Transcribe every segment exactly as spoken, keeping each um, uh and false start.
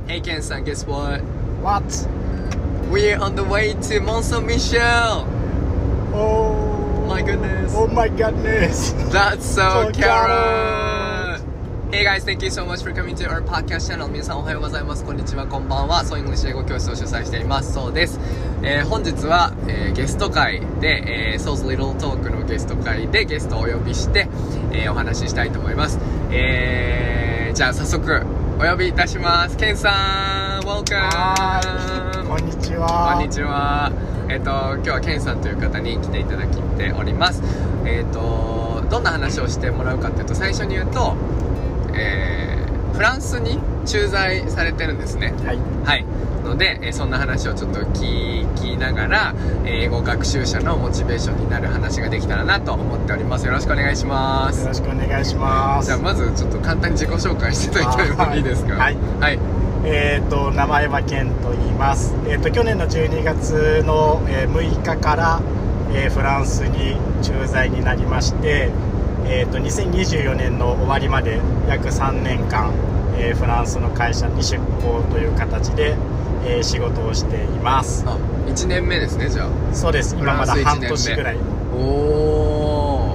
Hey Ken-san, guess what? What? We're on the way to Mont Saint-Michel. Oh my goodness. Oh my goodness. That's so, So Karen. Hey guys, thank you so much for coming to our podcast channel. 皆さんおはようございます。こんにちは、こんばんは。ソーイングリッシュ英語教室を主催しています。そうです。えー、本日は、えー、ゲスト会で、えー、So's Little Talk のゲスト会でゲストをお呼びして、えー、お話ししたいと思います。えー、じゃあ早速お呼びいたします。ケンさん、Welcome。 はい、こんにちは。 こんにちは。えっと今日はケンさんという方に来ていただきております。えっとどんな話をしてもらうかというと、最初に言うと、えー、フランスに駐在されてるんですね。 はい。 はい。ので、えー、そんな話をちょっと聞きながら、英語学習者のモチベーションになる話ができたらなと思っております。よろしくお願いします。 よろしくお願いします。 じゃあまずちょっと簡単に自己紹介していただいてもいいですか？ はい。 はい。 えー、と名前はケンと言います。えー、と去年のじゅうにがつの、えー、むいかから、えー、フランスに駐在になりまして、えー、とにせんにじゅうよねんの終わりまで約さんねんかん、えー、フランスの会社に出向という形で、えー、仕事をしています。 あ、いちねんめですね。じゃあそうです。今まだ半年ぐらい。 おお。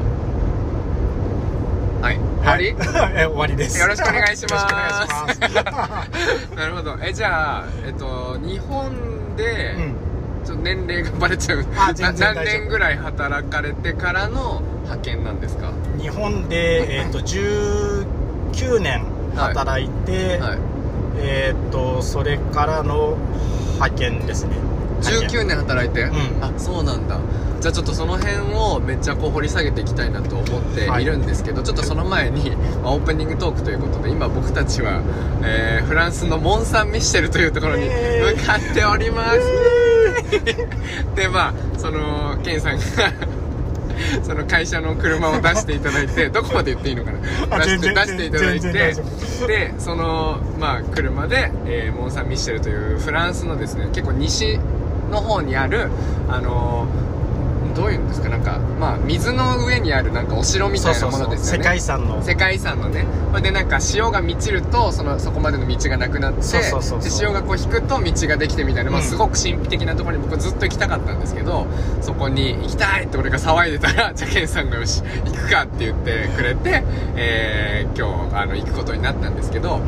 はい、終わり？ え終わりです。 よろしくお願いします。 よろしくお願いします。なるほど。えじゃあえっと日本で、うん、ちょっと年齢がバレちゃう。 あ、全然大丈夫。 何年ぐらい働かれてからの派遣なんですか？ 日本でえっとじゅうきゅうねん働いて、はいはい、えっとそれからの派遣ですね。 じゅうきゅうねん働いて、うん、あ、そうなんだ。じゃあちょっとその辺をめっちゃこう掘り下げていきたいなと思っているんですけど、はい、ちょっとその前に、まあ、オープニングトークということで、今僕たちは、えー、フランスのモン・サン・ミッシェルというところに向かっております、えー、でまあそのケンさんがその会社の車を出していただいてどこまで言っていいのかな、出して出していただいて、でそのまあ車で、えー、モン・サン・ミッシェルというフランスのですね、結構西の方にあるあのーどういうんですか、なんかまあ水の上にあるなんかお城みたいなものですよね。 世界遺産の世界遺産のね。それでなんか潮が満ちるとそのそこまでの道がなくなって、 そうそうそうそう、 で潮がこう引くと道ができてみたいな、まあ、すごく神秘的なところに僕ずっと行きたかったんですけど、そこに行きたいって俺が騒いでたら、じゃあケンさんがよし行くかって言ってくれて、えー、今日あの行くことになったんですけど、うん、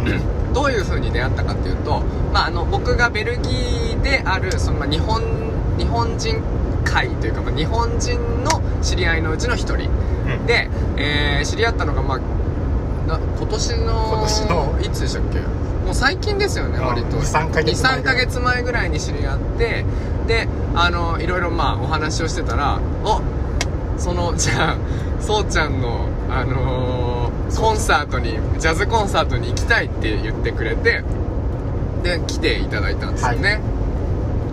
どういう風に出会ったかっていうと、まあ、あの僕がベルギーであるその、まあ、日本日本人会というか、まあ、日本人の知り合いのうちの一人、うん、で、えー、知り合ったのが、まあ、な今年の今年のいつでしたっけ、もう最近ですよね、割とにさんかげつまえぐらいに知り合って、であのいろいろまあお話をしてたら、おそのじゃあそうちゃんの、あのー、コンサートにジャズコンサートに行きたいって言ってくれて、で来ていただいたんですよね、はい。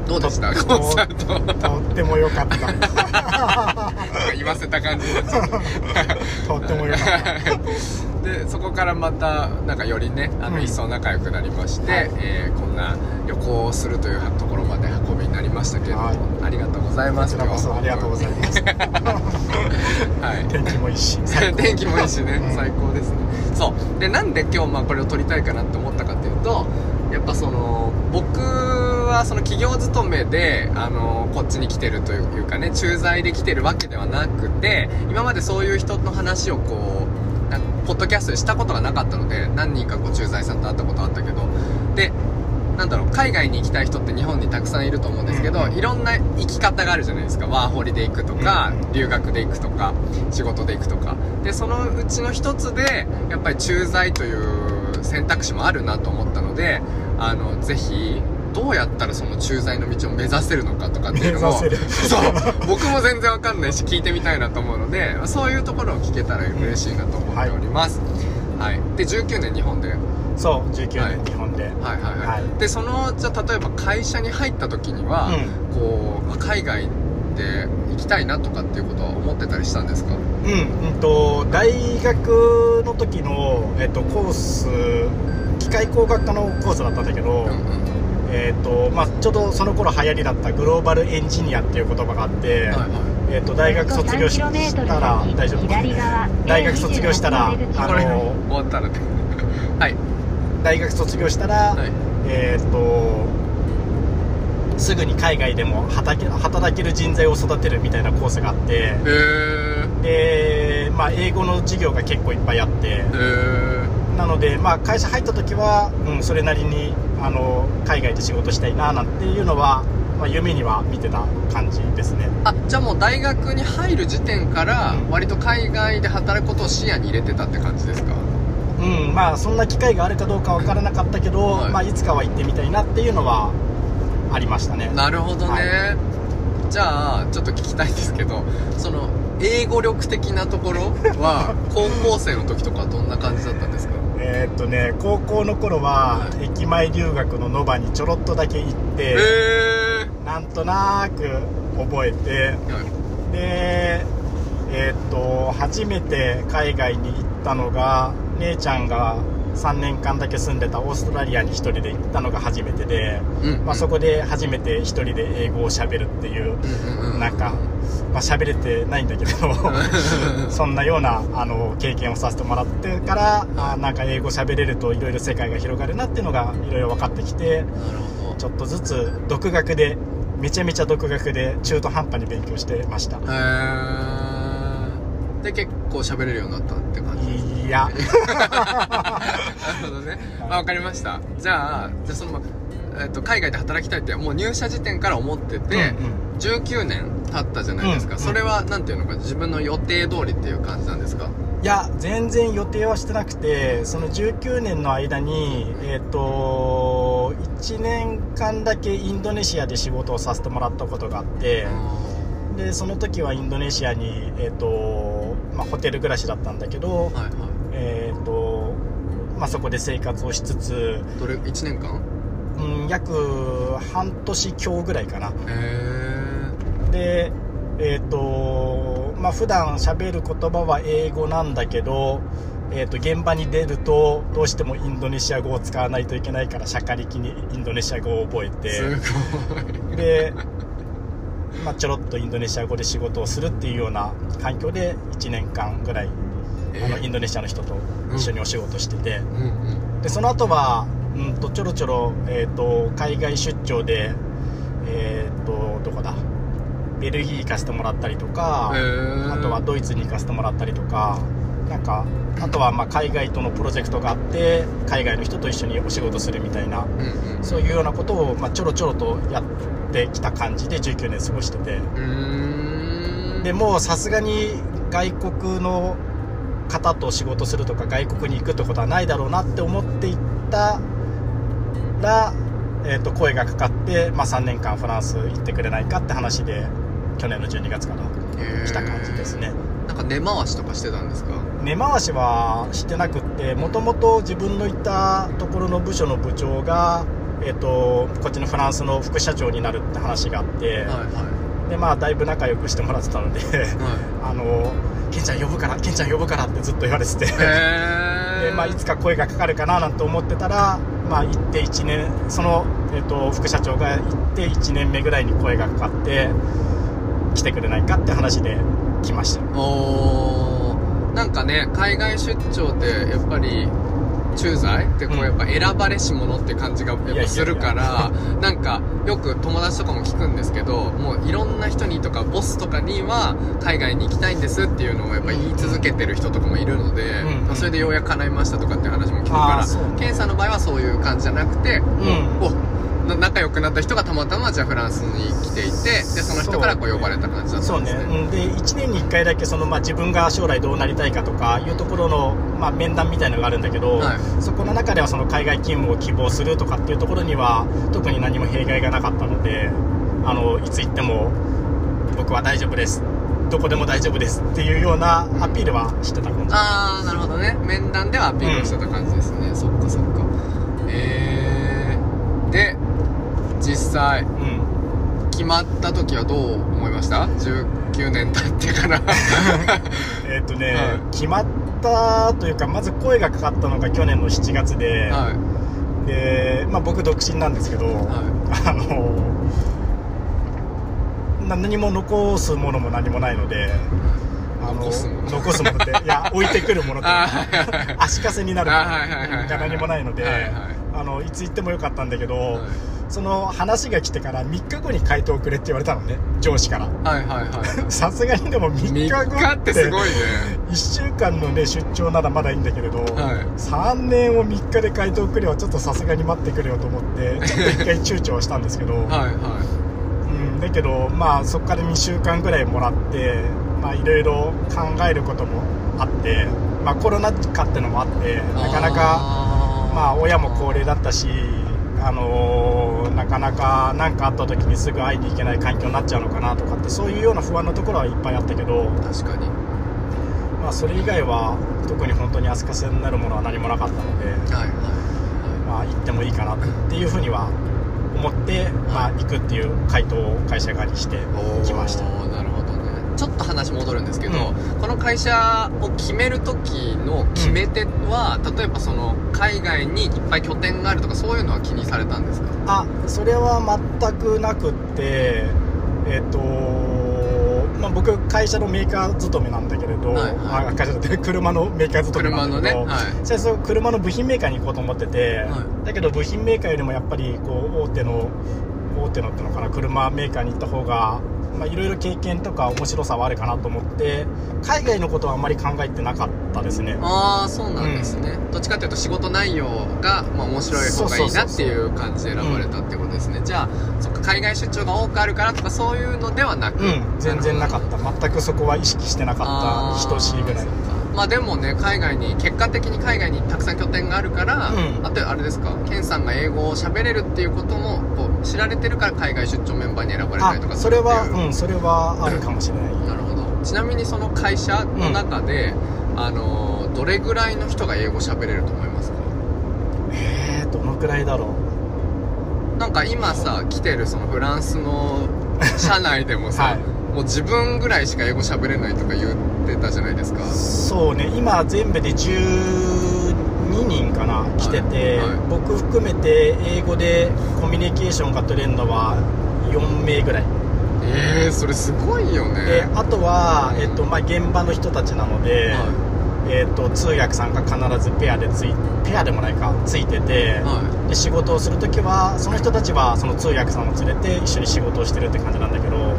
どうでした？コンサート。 とっても良かった言わせた感じになっちゃったとっても良かったでそこからまたなんかよりね、あの、うん、一層仲良くなりまして、はい、えー、こんな旅行をするというところまで運びになりましたけれども、はい、ありがとうございます。 こちらこそありがとうございますはい、天気もいいし天気もいいしね、うん、最高ですね。そうで、なんで今日まあこれを撮りたいかなって思ったかっていうと、やっぱその僕はその企業勤めであのこっちに来てるというかね、駐在で来てるわけではなくて、今までそういう人の話をこうなんかポッドキャストでしたことがなかったので、何人かこう駐在さんと会ったことあったけど、でなんだろう、海外に行きたい人って日本にたくさんいると思うんですけど、うん、いろんな生き方があるじゃないですか。ワーホリで行くとか、うん、留学で行くとか、仕事で行くとかで、そのうちの一つでやっぱり駐在という選択肢もあるなと思ったので、あのぜひどうやったらその駐在の道を目指せるのかとかっていうのをそう僕も全然わかんないし聞いてみたいなと思うので、そういうところを聞けたら嬉しいなと思っております、うん、はい、はい、でじゅうきゅうねん日本で、 そうじゅうきゅうねん日本で、はい、 はいはいはい、はい、でそのじゃあ例えば会社に入った時には、うん、こう海外で行きたいなとかっていうことは思ってたりしたんですか？ うん、うんと大学の時の、えっと、コース機械工学科のコースだったんだけど、うんうん、えーとまあ、ちょうどその頃流行りだったグローバルエンジニアっていう言葉があって、はいはい、えーと大学卒業したら大丈夫大学卒業したらあの終わったらねはい大学卒業したら、 はい、 えー、っとすぐに海外でも働け、働ける人材を育てるみたいなコースがあって、 へー、 で、まあ、英語の授業が結構いっぱいあって、 へー、 なので、まあ、会社入った時は、うん、それなりにあの海外で仕事したいななんていうのは、まあ、夢には見てた感じですね。 あ、じゃあもう大学に入る時点から割と海外で働くことを視野に入れてたって感じですか？ うん、まあそんな機会があるかどうか分からなかったけど、はい、まあ、いつかは行ってみたいなっていうのはありましたね。 なるほどね、はい、じゃあちょっと聞きたいんですけど、その英語力的なところは高校生の時とかどんな感じだったんですか？ えーっとね高校の頃は駅前留学のノバにちょろっとだけ行って、 へー、 なんとなく覚えて、はい、でえーっと初めて海外に行ったのが姉ちゃんがさんねんかんだけ住んでたオーストラリアに一人で行ったのが初めてで、うんうん、まあ、そこで初めて一人で英語を喋るっていう、うんうん、なんか、まあ、喋れてないんだけどそんなようなあの経験をさせてもらってから、あ、なんか英語喋れるといろいろ世界が広がるなっていうのがいろいろ分かってきて、ちょっとずつ独学でめちゃめちゃ独学で中途半端に勉強してました。 へー、で結構喋れるようになったって感じ？ いやなるほどね、あ、分かりました。じゃあ、じゃあその、えっと、海外で働きたいってもう入社時点から思ってて、うんうん、じゅうきゅうねん経ったじゃないですか、うんうん、それはなんていうのか自分の予定通りっていう感じなんですか？ いや全然予定はしてなくて、そのじゅうきゅうねんの間に、えー、といちねんかんだけインドネシアで仕事をさせてもらったことがあって、でその時はインドネシアに、えーとまあ、ホテル暮らしだったんだけど、はいはい、えーとまあ、そこで生活をしつつ、 どれいちねんかん、 うん、約半年強ぐらいかな。 へーでえーとまあ、普段喋る言葉は英語なんだけど、えーと現場に出るとどうしてもインドネシア語を使わないといけないから、しゃかりきにインドネシア語を覚えて、 すごいで、まあ、ちょろっとインドネシア語で仕事をするっていうような環境でいちねんかんぐらい、えー、あのインドネシアの人と一緒にお仕事してて、うんうんうん、でその後は、うん、とちょろちょろ、えーと海外出張で、えーとどこだベルギー行かせてもらったりとか、あとはドイツに行かせてもらったりとか、なんかあとはまあ海外とのプロジェクトがあって海外の人と一緒にお仕事するみたいな、うんうん、そういうようなことをまあちょろちょろとやってきた感じでじゅうきゅうねん過ごしてて、うーん、 でもうさすがに外国の方と仕事するとか外国に行くってことはないだろうなって思っていったら、えー、と声がかかって、まあ、さんねんかんフランス行ってくれないかって話で去年のじゅうにがつから来た感じですね。 なんか根回しとかしてたんですか？ 根回しはしてなくって、もともと自分のいたところの部署の部長が、えー、とこっちのフランスの副社長になるって話があって、はいはい、でまあだいぶ仲良くしてもらってたので、はい、あのケンちゃん呼ぶからケンちゃん呼ぶからってずっと言われててで、まあ、いつか声がかかるかななんて思ってたら、まあ、行っていちねんその、えー、と副社長が行っていちねんめぐらいに声がかかって来てくれないかって話で来ました。 おー、なんかね海外出張ってやっぱり駐在ってこうやっぱ選ばれし者って感じがやっぱするから、なんかよく友達とかも聞くんですけど、もういろんな人にとかボスとかには海外に行きたいんですっていうのをやっぱ言い続けてる人とかもいるので、うん、それでようやく叶いましたとかっていう話も聞くから、ケンさんの場合はそういう感じじゃなくて、うん、お仲良くなった人がたまたまじゃあフランスに来ていて、でその人からこう呼ばれた感じだったんですね。 そうね、うん、でいちねんにいっかいだけその、まあ、自分が将来どうなりたいかとかいうところの、まあ、面談みたいなのがあるんだけど、はい、そこの中ではその海外勤務を希望するとかっていうところには特に何も弊害がなかったので、あのいつ行っても僕は大丈夫です、どこでも大丈夫ですっていうようなアピールはしてた感じ。 ああ、なるほどね、面談ではアピールしてた感じですね、うん、そっかそっか。えー、で実際、うん、決まった時はどう思いました？じゅうきゅうねん経ってからえっとね、はい、決まったというか、まず声がかかったのが去年のしちがつで、はい、で、まあ、僕独身なんですけど、はい、あの何も残すものも何もないので、 あの残すもの残すものっていや置いてくるものってあはいはいはい足かせになるもあはいはいはいはいのが何もないので、 はいはいあのいつ行ってもよかったんだけど、 はいその話が来てからみっかごに回答くれって言われたのね、上司からはいはいはいさすがにでもみっかごみっかってすごいねいっしゅうかんのね出張ならまだいいんだけれど、 はいさんねんをみっかで回答くれはちょっとさすがに待ってくれよと思ってちょっと一回躊躇はしたんですけど、 はいはうん、だけどまあそこからにしゅうかんぐらいもらってまあいろいろ考えることもあって、まあコロナ禍ってのもあってなかなかあまあ親も高齢だったし、あのー、なかなか何かあった時にすぐ会いに行けない環境になっちゃうのかなとかってそういうような不安なところはいっぱいあったけど、 確かにまあそれ以外は特に本当に足かせになるものは何もなかったので、 はいはいまあ行ってもいいかなっていうふうには思って、まあ行くっていう回答を会社側にしてきました。 おーなるほどね。ちょっと話戻るんですけど、 うこの会社を決める時の決め手は、うん、例えばその海外にいっぱい拠点があるとかそういうのは気にされたんですか？ あ、それは全くなくってえっ、ー、とまあ、僕会社のメーカー勤めなんだけれど、はいはい、あ会社で車のメーカー勤めなんだけど、車のね、はい、最初車の部品メーカーに行こうと思ってて、はい、だけど部品メーカーよりもやっぱりこう大手の大手のってのかな車メーカーに行った方がまあいろいろ経験とか面白さはあるかなと思って海外のことはあんまり考えてなかったですね。 ああそうなんですね、うん、どっちかというと仕事内容が、まあ、面白い方がいいなっていう感じで選ばれたってことですね、うん、じゃあそっか海外出張が多くあるからとかそういうのではなく、うん、 全然なかった。全くそこは意識してなかった等しいぐらい。 まあでもね海外に結果的に海外にたくさん拠点があるから、うん、あとあれですかケンさんが英語を喋れるっていうこともこう知られてるから海外出張メンバーに選ばれたりとかそれはうんそれはあるかもしれない、 なるほど。ちなみにその会社の中で、うん、あのどれぐらいの人が英語喋れると思いますか？ えーどのくらいだろう。なんか今さ来てるそのフランスの社内でもさ、はい、もう自分ぐらいしか英語喋れないとか言ってたじゃないですか。 そうね、今全部でじゅうににんかな来てて、はいはい、僕含めて英語でコミュニケーションが取れるのはよんめいぐらい。 えー、それすごいよね。 であとは、えっとまあ、現場の人たちなので、はいえー、と通訳さんが必ずペアでついペアでもないかついてて、はい、で仕事をするときはその人たちはその通訳さんを連れて一緒に仕事をしてるって感じなんだけど、はい、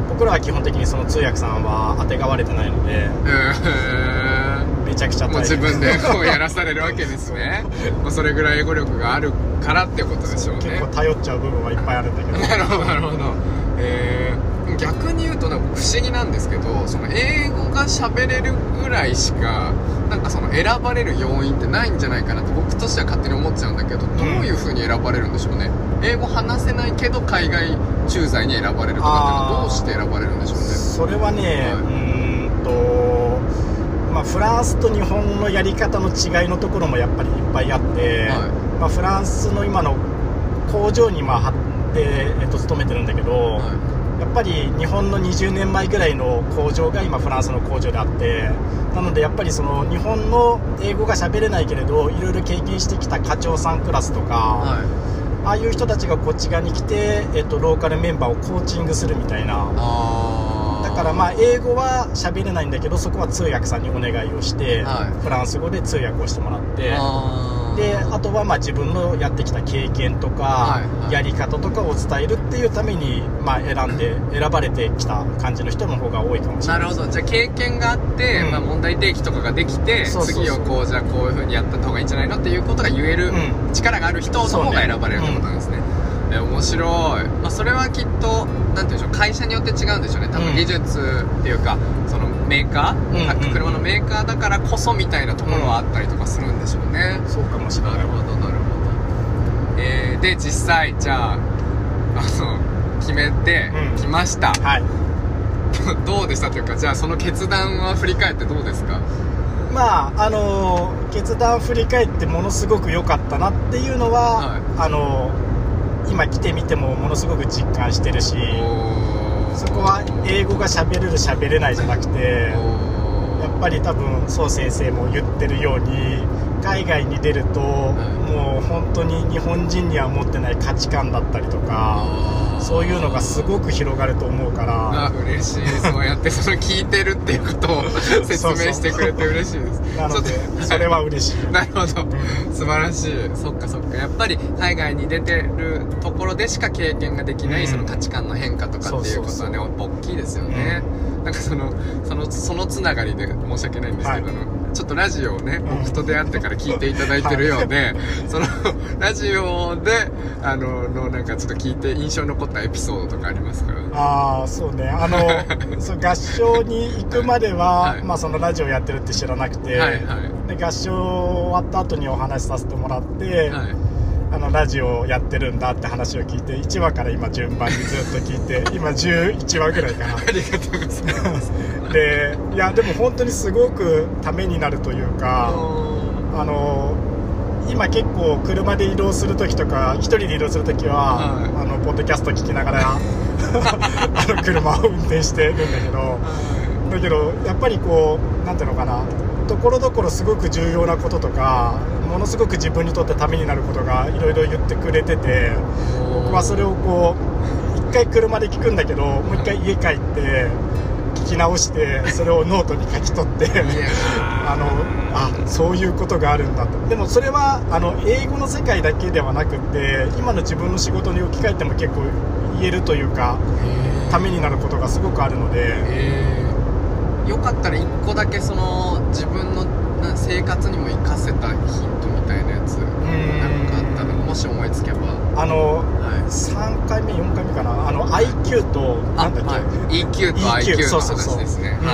僕らは基本的にその通訳さんは当てがわれてないので、えー、めちゃくちゃ大変。 もう自分でこうやらされるわけですねもうそれぐらい英語力があるからってことでしょうね。 結構頼っちゃう部分はいっぱいあるんだけどなるほどなるほど。えー、逆に言うとなんか不思議なんですけどその英語が喋れるぐらいしかなんかその選ばれる要因ってないんじゃないかなって僕としては勝手に思っちゃうんだけど、どういう風に選ばれるんでしょうね。英語話せないけど海外駐在に選ばれるとかっていうのはどうして選ばれるんでしょうね。 それはね、はい、うーんと、まあ、フランスと日本のやり方の違いのところもやっぱりいっぱいあって、はいまあ、フランスの今の工場にまあ張って、えっと、勤めてるんだけど、はいやっぱり日本のにじゅうねんまえぐらいの工場が今フランスの工場であってなのでやっぱりその日本の英語が喋れないけれどいろいろ経験してきた課長さんクラスとか、はい、ああいう人たちがこっち側に来て、えっと、ローカルメンバーをコーチングするみたいな。あだからまあ英語は喋れないんだけどそこは通訳さんにお願いをして、はい、フランス語で通訳をしてもらってあであとはまあ自分のやってきた経験とか、はいはい、やり方とかを伝えるっていうために、まあ、選んで選ばれてきた感じの人の方が多いかもしれない。 なるほど。じゃあ経験があって、うんまあ、問題提起とかができてそうそうそう次をこうじゃあこういう風にやった方がいいんじゃないのっていうことが言える力がある人の方が選ばれるってことなんですね。え面白い、まあ、それはきっとなんていうんでしょう会社によって違うんでしょうね多分技術っていうか、うん、そのメーカー、うんうん、車のメーカーだからこそみたいなところはあったりとかするんでしょうね、 うん、そうかもしれない。 なるほどなるほど、えー、で実際じゃあ、あの決めてきました、うんはい、どうでしたというかじゃあその決断は振り返ってどうですか？ まああのー、決断振り返ってものすごく良かったなっていうのは、はい、あのー今来てみてもものすごく実感してるしそこは英語が喋れる喋れないじゃなくてやっぱり多分宋先生も言ってるように海外に出ると、もう本当に日本人には持ってない価値観だったりとか、そういうのがすごく広がると思うから。 あ、嬉しい。そうやってその聞いてるっていうことを説明してくれて嬉しいです。 なのでそれは嬉しい。 なるほど、素晴らしい。そっかそっか。やっぱり海外に出てるところでしか経験ができない、うん、その価値観の変化とかっていうことはね、大きいですよね。うん、なんかそのそのそのつながりで申し訳ないんですけど、はい、ちょっとラジオをね、僕と出会ってから聞いていただいてるようで、はい、そのラジオであののなんかちょっと聞いて印象に残ったエピソードとかありますか？ ああ、そうね。あのそう合唱に行くまでは、はい、まあそのラジオやってるって知らなくて、はいはい、で合唱終わった後にお話しさせてもらって。はい、あのラジオやってるんだって話を聞いて、いちわから今順番にずっと聞いて今じゅういちわぐらいかな。ありがとうございますで、いやでも本当にすごくためになるというか、あの今結構車で移動する時とか一人で移動する時は、はい、あのポッドキャスト聞きながらあの車を運転してるんだけど、だけどやっぱりこうなんていうのかな、ところどころすごく重要なこととか、ものすごく自分にとってためになることがいろいろ言ってくれてて、僕はそれをこう一回車で聞くんだけど、もう一回家帰って聞き直してそれをノートに書き取ってあのあそういうことがあるんだと。でもそれはあの英語の世界だけではなくて、今の自分の仕事に置き換えても結構言えるというか、ためになることがすごくあるので。 よかったらいっこだけその自分の生活にも活かせたヒントみたいなやつなんかあったら、もし思いつけば。 あの、はい、さんかいめよんかいめかな、あの アイキュー となんだっけ、はい、 イーキュー と アイキュー の話ですね。はい。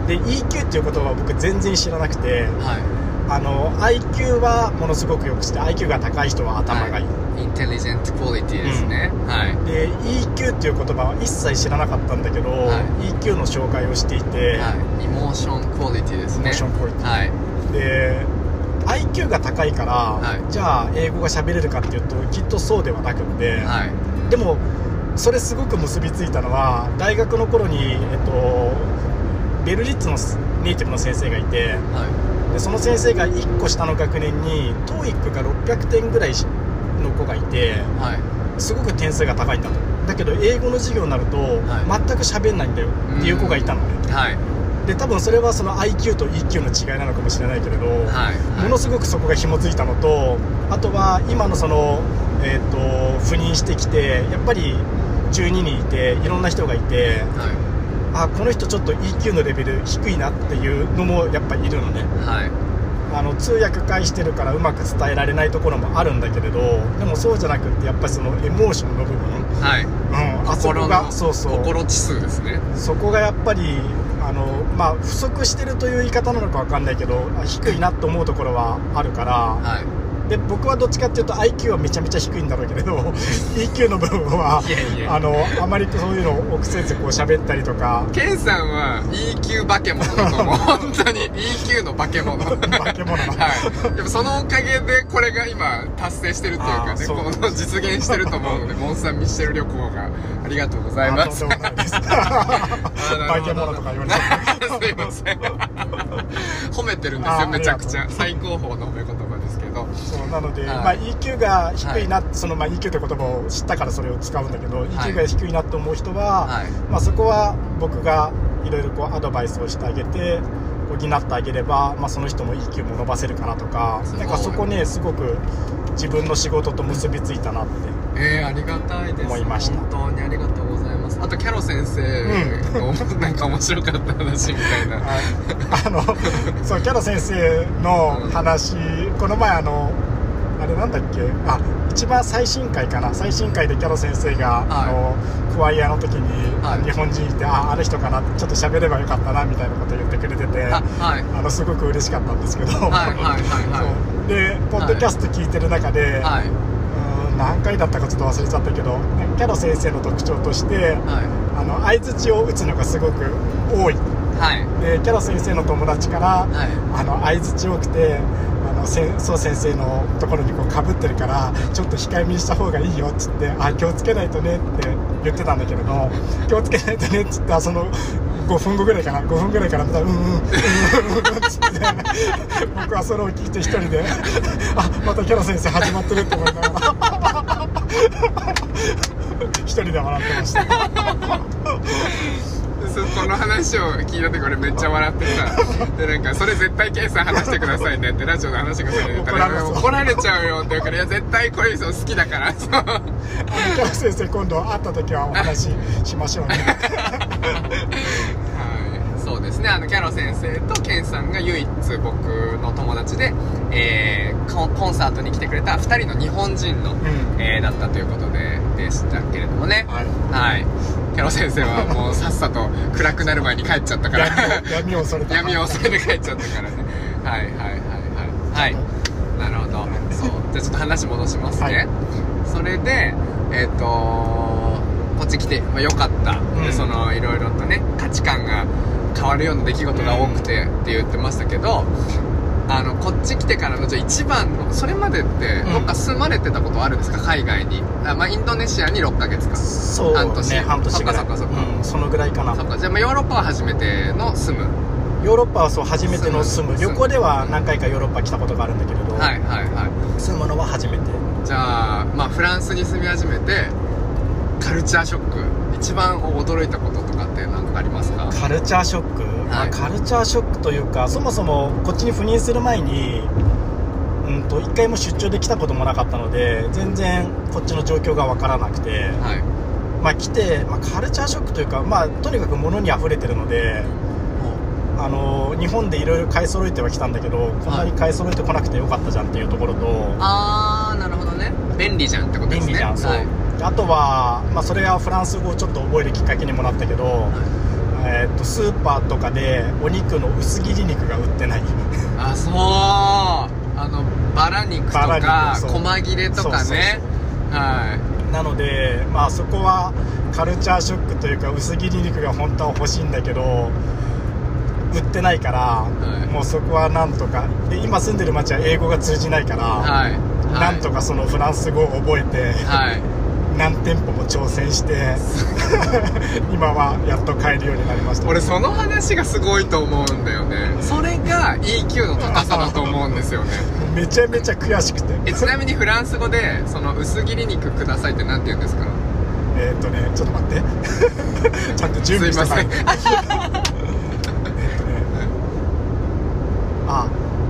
で イーキュー っていう言葉は僕全然知らなくて、はい、あの アイキュー はものすごくよくして アイキュー が高い人は頭がいい、 はい、インテリジェントクオリティですね。うん、はい。 で イーキュー っていう言葉は一切知らなかったんだけど、はい、イーキュー の紹介をしていて、 はい、イモーションクオリティですね。 イモーションクオリティ。 はい。 で アイキュー が高いから、はい、じゃあ英語が喋れるかっていうときっとそうではなくて、はい、でもそれすごく結びついたのは、大学の頃に、えっと、ベルリッツのネイティブの先生がいて、はい、でその先生がいっこ下の学年に トーイック がろっぴゃくてんぐらいの子がいて、はい、すごく点数が高いんだと。だけど英語の授業になると、はい、全く喋んないんだよっていう子がいたのね。はい、で多分それはその アイキュー と イーキュー の違いなのかもしれないけれど、はいはい、ものすごくそこが紐づいたのと、あとは今のその、えー、と赴任してきてやっぱりじゅうににんいていろんな人がいて、はい、あこの人ちょっと イーキュー のレベル低いなっていうのもやっぱりいるのね。はい、あの通訳介してるからうまく伝えられないところもあるんだけれど、でもそうじゃなくってやっぱりそのエモーションの部分、はい、うん、あそこがそうそう心指数ですね。 そこがやっぱりあの、まあ、不足してるという言い方なのか分かんないけど、低いなと思うところはあるから、はい、で僕はどっちかっていうと アイキュー はめちゃめちゃ低いんだろうけれどイーキュー の部分はいやいやあのあまりそういうのを臆せずこう喋ったりとか。 ケンさんは イーキュー 化け物だと思う本当に イーキュー の化け物化け物はい、 でもそのおかげでこれが今達成してるというかね、この実現してると思うのでモン・サン・ミッシェル旅行がありがとうございます。 とんでもないです化け物とか言われてすいません褒めてるんですよ、めちゃくちゃ最高峰の褒め言葉ですけど。 そうなので、はい、まあ、イーキュー が低いな、はい、そのまあ イーキュー という言葉を知ったからそれを使うんだけど、はい、イーキュー が低いなと思う人は、はい、まあ、そこは僕がいろいろこうアドバイスをしてあげて補ってあげれば、まあ、その人も イーキュー も伸ばせるかなとか、なんかそこねすごく自分の仕事と結びついたなってえー、ありがたいです。 思いました。 本当にありがとうございます。あとキャロ先生の、うん、なんか面白かった話みたいなあのそうキャロ先生の話、うん、この前あのあれなんだっけ、あ一番最新回かな、最新回でキャロ先生が、はい、あのクワイアの時に、はい、日本人いて、あある人かな、ちょっと喋ればよかったなみたいなことを言ってくれてて、あ、はい、あのすごく嬉しかったんですけど、はいはいはいはい、でポッドキャスト聞いてる中で、はい、何回だったかちょっと忘れちゃったけど、キャロ先生の特徴として、はい、あの相槌を打つのがすごく多い、はい、でキャロ先生の友達から、はい、あの相槌多くて、あのそう先生のところにこうかぶってるからちょっと控えめにした方がいいよっつって、あ気をつけないとねって言ってたんだけれど、気をつけないとねっつったらそのごふんごぐらいかな、ごふんぐらいからまたうんうんうんうんうんって僕はそれを聞いて一人であ、またキャロ先生始まってるって思いながら一人で笑ってましたそこの話を聞いた時俺めっちゃ笑ってさでなんかそれ絶対ケンさん話してくださいねってラジオの話がされてたら怒られちゃうよって言うからいや絶対こういう人好きだからそうあのキャロ先生今度会った時はお話ししましょうねはいそうですねあのキャロ先生とケンさんが唯一僕の友達で、えー、コ, コンサートに来てくれたふたりの日本人の、うんえー、だったということででしたけれどもねはい、はいキャロ先生はもうさっさと暗くなる前に帰っちゃったから闇を恐れて闇を恐れて帰っちゃったからねはいはいはいはいはいなるほどそうじゃあちょっと話戻しますね、はい、それでえっ、ー、とこっち来て、まあ、よかった、うん、でそのいろいろとね価値観が変わるような出来事が多くてって言ってましたけどあのこっち来てからのじゃあ一番のそれまでってどっか住まれてたことあるんですか、うん、海外にあ、まあ、インドネシアにろっかげつかそう半年ね半年ぐらいそっかそっかそっか、 うん、そのぐらいかなそっかじゃあ、まあ、ヨーロッパは初めての住むヨーロッパはそう初めての住む旅行では何回かヨーロッパ来たことがあるんだけれどはいはいはい住むのは初めてじゃあ、まあ、フランスに住み始めてカルチャーショック一番驚いたこととかって何かありますかカルチャーショックはい、カルチャーショックというかそもそもこっちに赴任する前にうんといっかいも出張で来たこともなかったので全然こっちの状況が分からなくて、はいまあ、来て、まあ、カルチャーショックというか、まあ、とにかく物に溢れてるので、うん、あの日本でいろいろ買い揃えてはきたんだけどこんなに買い揃えてこなくてよかったじゃんっていうところと、はい、 あーなるほどね便利じゃんってことですね便利じゃんそう、はい、あとは、まあ、それがフランス語をちょっと覚えるきっかけにもなったけど、はいえー、とスーパーとかでお肉の薄切り肉が売ってないあそうあのバラ肉とか細切れとかねはいなので、まあ、そこはカルチャーショックというか薄切り肉が本当は欲しいんだけど売ってないから、はい、もうそこはなんとかで今住んでる町は英語が通じないから、はいはい、なんとかそのフランス語を覚えて、はい何店舗も挑戦して今はやっと買えるようになりました。 俺その話がすごいと思うんだよね。それが イーキュー の高さだと思うんですよねめちゃめちゃ悔しくてえちなみにフランス語でその薄切り肉くださいってなんて言うんですかえーっとねちょっと待ってちゃんと準備してすいませんえっとねあ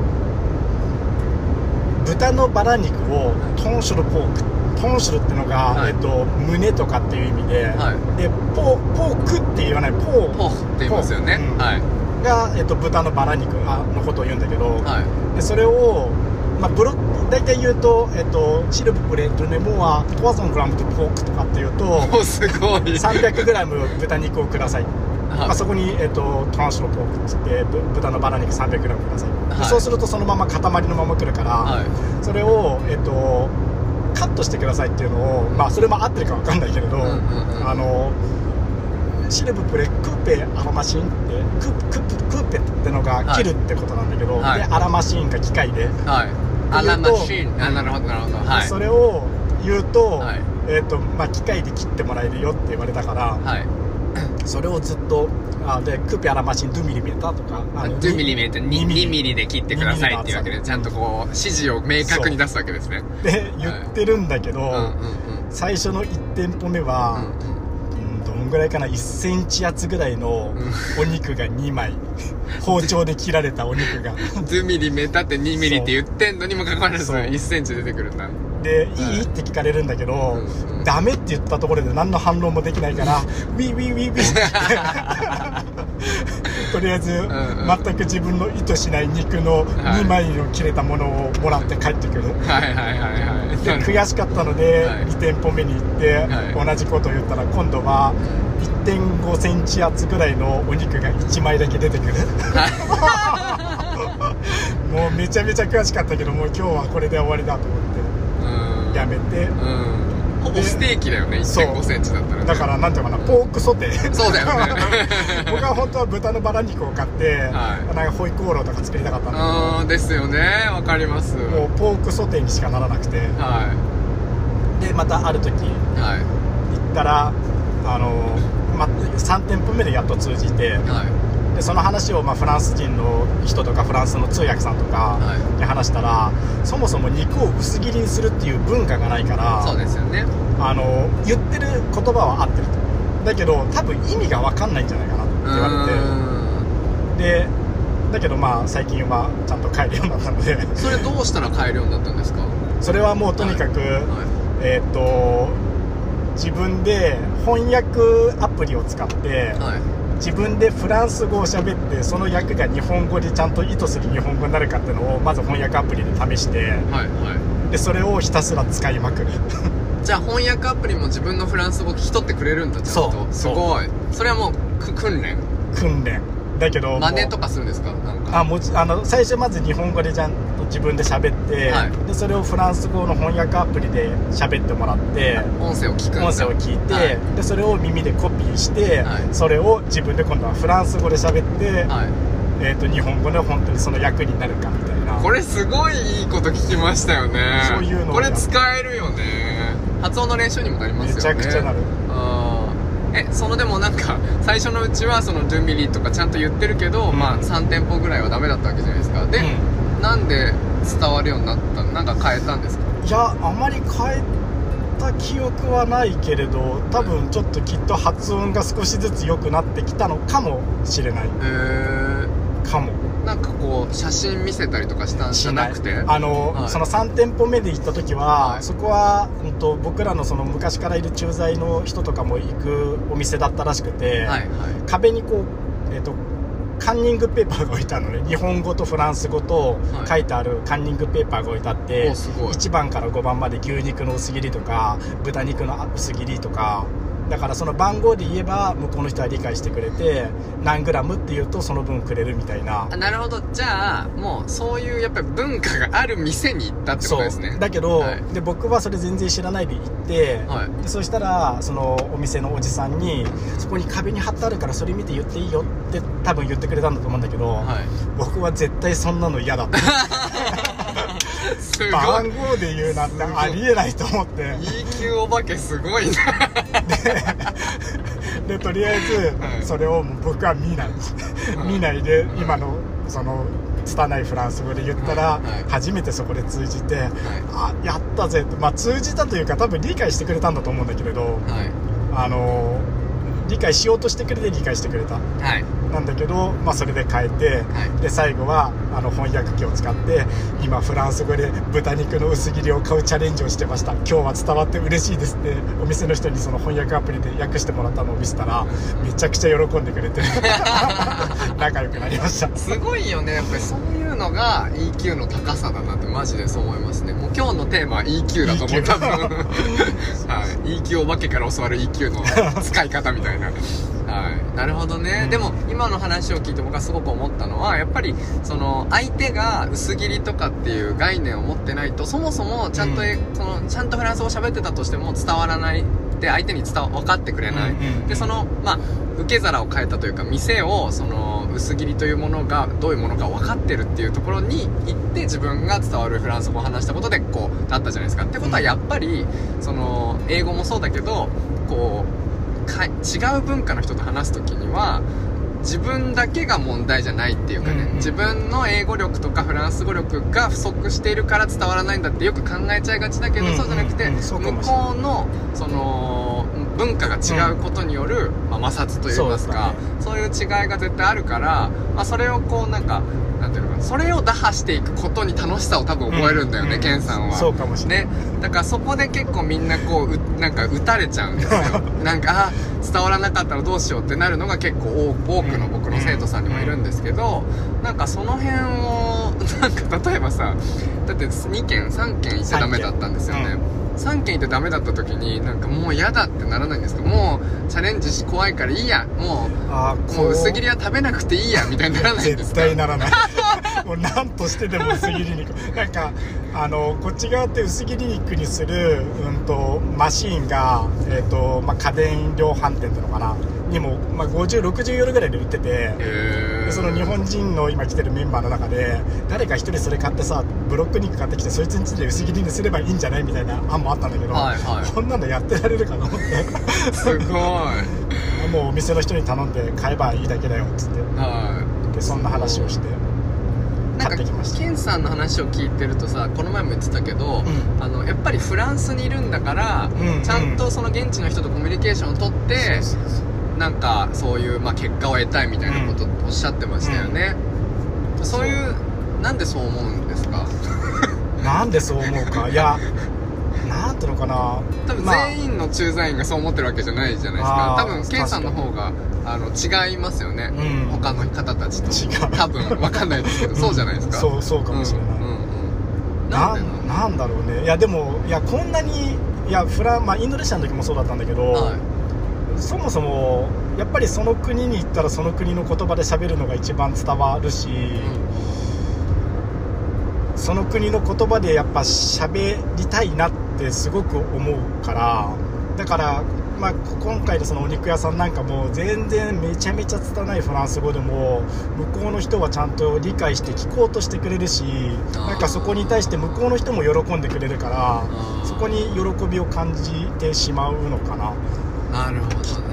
豚のバラ肉をトンシュルポークトンシュルってのが、はいえっと、胸とかっていう意味で、はい、で ポ, ポークって言わないポーポーって言いますよね、うんはい、 が、えっと、豚のバラ肉のことを言うんだけど、はい、でそれを、まあ、ブロック大体言うと、えっと、シルブプレートネモはトワソングラムとポークとかっていうとすごいさんびゃくグラム 豚肉をください、はいまあ、そこに、えっと、トンシュルポークって言って豚のバラ肉 さんびゃくグラム ください、はい、そうするとそのまま塊のままくるから、はい、それを、えっとカットしてくださいっていうのを、まあ、それも合ってるか分かんないけれど、うんうんうん、あのシルブプレクーペアラマシンってクークークーペってのが切るってことなんだけど、はい、でアラマシンが機械で、はい、 アラマシンあなるほどなるほど、はい、 それを言うと、はいえーとまあ、機械で切ってもらえるよって言われたから、はい、それをずっとあでクーペアラマシンにミリメーターとかにミリメーター にミリで切ってくださいっていうわけでちゃんとこう指示を明確に出すわけですねで言ってるんだけど、はいうんうんうん、最初のいち店舗目は、うんうん、どんぐらいかないっセンチ厚ぐらいのお肉がにまい包丁で切られたお肉がにミリメーターってにミリって言ってんのにもかかわらずいっセンチ出てくるんだで、いいって聞かれるんだけど、うんうん、ダメって言ったところで何の反論もできないからウィウィウィウィってとりあえず、うんうん、全く自分の意図しない肉のにまいの切れたものをもらって帰ってくる、はいはいはいはいで悔しかったので、はい、に店舗目に行って、はい、同じことを言ったら今度はいってんごセンチ厚ぐらいのお肉がいちまいだけ出てくるもうめちゃめちゃ悔しかったけどもう今日はこれで終わりだと思ってやめて、うん、 ほぼステーキだよね いってんごセンチだったら、ね、 だからなんていうかなポークソテーそうだよね僕は本当は豚のバラ肉を買って、はい、なんかホイコーローとか作りたかったんだけどあですよねわかりますもうポークソテーにしかならなくて、はい、でまたある時、はい、行ったらあの、ま、さん店舗目でやっと通じて、はい、 でその話をまあフランス人の人とかフランスの通訳さんとかに話したら、はい、そもそも肉を薄切りにするっていう文化がないから、 そうですよね、あの言ってる言葉は合ってると、だけど多分意味が分かんないんじゃないかなって言われて、でだけどまあ最近はちゃんと買えるようになったのでそれどうしたら買えるようになったんですか？ それはもうとにかく、はいはい、えー、と自分で翻訳アプリを使って、はい、自分でフランス語を喋ってその訳が日本語でちゃんと意図する日本語になるかっていうのをまず翻訳アプリで試して、はいはい、でそれをひたすら使いまくるじゃあ翻訳アプリも自分のフランス語を聞き取ってくれるんだ、ちゃんと。そうすごい。それはもうく訓練訓練だけど真似とかするんですか？なんかあもちあの最初まず日本語でちゃんと自分で喋って、はい、でそれをフランス語の翻訳アプリで喋ってもらって、 音声を聞くんだ。 音声を聞いて、はい、でそれを耳でコピーして、はい、それを自分で今度はフランス語で喋って、はい、えー、と日本語で本当にその役になるかみたいな。 これすごいいいこと聞きましたよね。 そういうのこれ使えるよね。発音の練習にもなりますよね。 めちゃくちゃなる。 あえそのでもなんか最初のうちはそのドゥミリとかちゃんと言ってるけど、うん、まあさん店舗ぐらいはダメだったわけじゃないですか。で、うん、なんで伝わるようになったの？なんか変えたんですか？ いやあまり変えた記憶はないけれど、多分ちょっときっと発音が少しずつ良くなってきたのかもしれない。へえかも。 なんかこう写真見せたりとかしたんじゃなくて、 あの、はい、そのさん店舗目で行った時は、はい、そこは、うん、と僕らのその昔からいる駐在の人とかも行くお店だったらしくて、はいはい、壁にこう、えー、とカンニングペーパーが置いてあるのね。日本語とフランス語と書いてあるカンニングペーパーが置いてあって、はい、いちばんからごばんまで牛肉の薄切りとか豚肉の薄切りとか、だからその番号で言えば向こうの人は理解してくれて、何グラムって言うとその分くれるみたいな。 あなるほど。じゃあもうそういうやっぱり文化がある店に行ったってことですね。 そうだけど、はい、で僕はそれ全然知らないで行って、はい、でそしたらそのお店のおじさんに、そこに壁に貼ってあるからそれ見て言っていいよって多分言ってくれたんだと思うんだけど、はい、僕は絶対そんなの嫌だった番号で言うなんてありえないと思ってイーキュー お化けすごいなで, でとりあえずそれを僕は見ない、はい、見ないで今のその拙いフランス語で言ったら初めてそこで通じて、はい、あやったぜって、まあ、通じたというか多分理解してくれたんだと思うんだけれど、はい、あの理解しようとしてくれて理解してくれた、はい、なんだけど、まあ、それで変えて、はい、で最後はあの翻訳機を使って今フランス語で豚肉の薄切りを買うチャレンジをしてました。今日は伝わって嬉しいですってお店の人にその翻訳アプリで訳してもらったのを見せたらめちゃくちゃ喜んでくれて仲良くなりました。すごいよね。やっぱりそういうのが イーキュー の高さだなってマジでそう思いますね。もう今日のテーマは イーキュー だと思う。多分、はい、イーキュー お化けから教わる イーキュー の使い方みたいなはい、なるほどね、うん、でも今の話を聞いて僕はすごく思ったのはやっぱりその相手が薄切りとかっていう概念を持ってないとそもそもちゃんと、うん、そのちゃんとフランス語を喋ってたとしても伝わらないで相手に伝わ分かってくれない、うんうん、でそのまあ受け皿を変えたというか店をその薄切りというものがどういうものか分かってるっていうところに行って自分が伝わるフランス語を話したことでこうなったじゃないですか。ってことはやっぱりその英語もそうだけどこうか違う文化の人と話すときには自分だけが問題じゃないっていうかね、うんうん、自分の英語力とかフランス語力が不足しているから伝わらないんだってよく考えちゃいがちだけど、うんうんうん、そうじゃなくて向こうのその文化が違うことによる、うんまあ、摩擦といいますかそう、ね、そういう違いが絶対あるから、まあ、それをこうなんかなんていうのかなそれを打破していくことに楽しさを多分覚えるんだよね、うん、ケンさんは。 そうかもしれない、 ね、だからそこで結構みんなこう、うなんか打たれちゃうんですよなんかあ伝わらなかったらどうしようってなるのが結構多くの僕の生徒さんにもいるんですけど、なんかその辺をなんか例えばさだってにけんさんけん行ってダメだったんですよね。さんけん行ってダメだった時になんかもう嫌だってならないんですか？もうチャレンジし怖いからいいやもうあもう薄切りは食べなくていいやみたいにならないんですか？ 絶対ならないもう何としてでも薄切り肉なんかあのこっち側って薄切り肉にする、うん、とマシーンが、えーとまあ、家電量販店っていうのかなにも、まあ、ごじゅうろくじゅうユーロぐらいで売ってて、でその日本人の今来てるメンバーの中で誰か一人それ買ってさブロック肉買ってきてそいつについて薄切りにすればいいんじゃないみたいな案もあったんだけど、はいはい、こんなのやってられるかと思ってすごいもうお店の人に頼んで買えばいいだけだよっつって、 はい、 でそんな話をして買ってきました。 ケンさんの話を聞いてるとさ、この前も言ってたけど、うん、あのやっぱりフランスにいるんだから、うんうん、ちゃんとその現地の人とコミュニケーションを取って、そうそうそう、なんかそういう、まあ、結果を得たいみたいなことをおっしゃってましたよね、うんうん、そういう、なんでそう思うんですか？ なんでそう思うか、いやなんていうのかな、 多分全員の駐在員がそう思ってるわけじゃないじゃないですか。多分ケンさんの方があの違いますよね、うん、他の方たちと。違う、多分分かんないですけど、そうじゃないですか。 そうそうかもしれない、うんうんうん、なんでななんだろうね。いやでもいやこんなにいやフラン、まあ、インドネシアの時もそうだったんだけど、はい、そもそもやっぱりその国に行ったらその国の言葉で喋るのが一番伝わるし、うん、その国の言葉でやっぱ喋りたいなってすごく思うから、だから、まあ、今回のそのお肉屋さんなんかも全然めちゃめちゃ拙いフランス語でも向こうの人はちゃんと理解して聞こうとしてくれるし、なんかそこに対して向こうの人も喜んでくれるから、そこに喜びを感じてしまうのかな。 なるほどね、 きっと、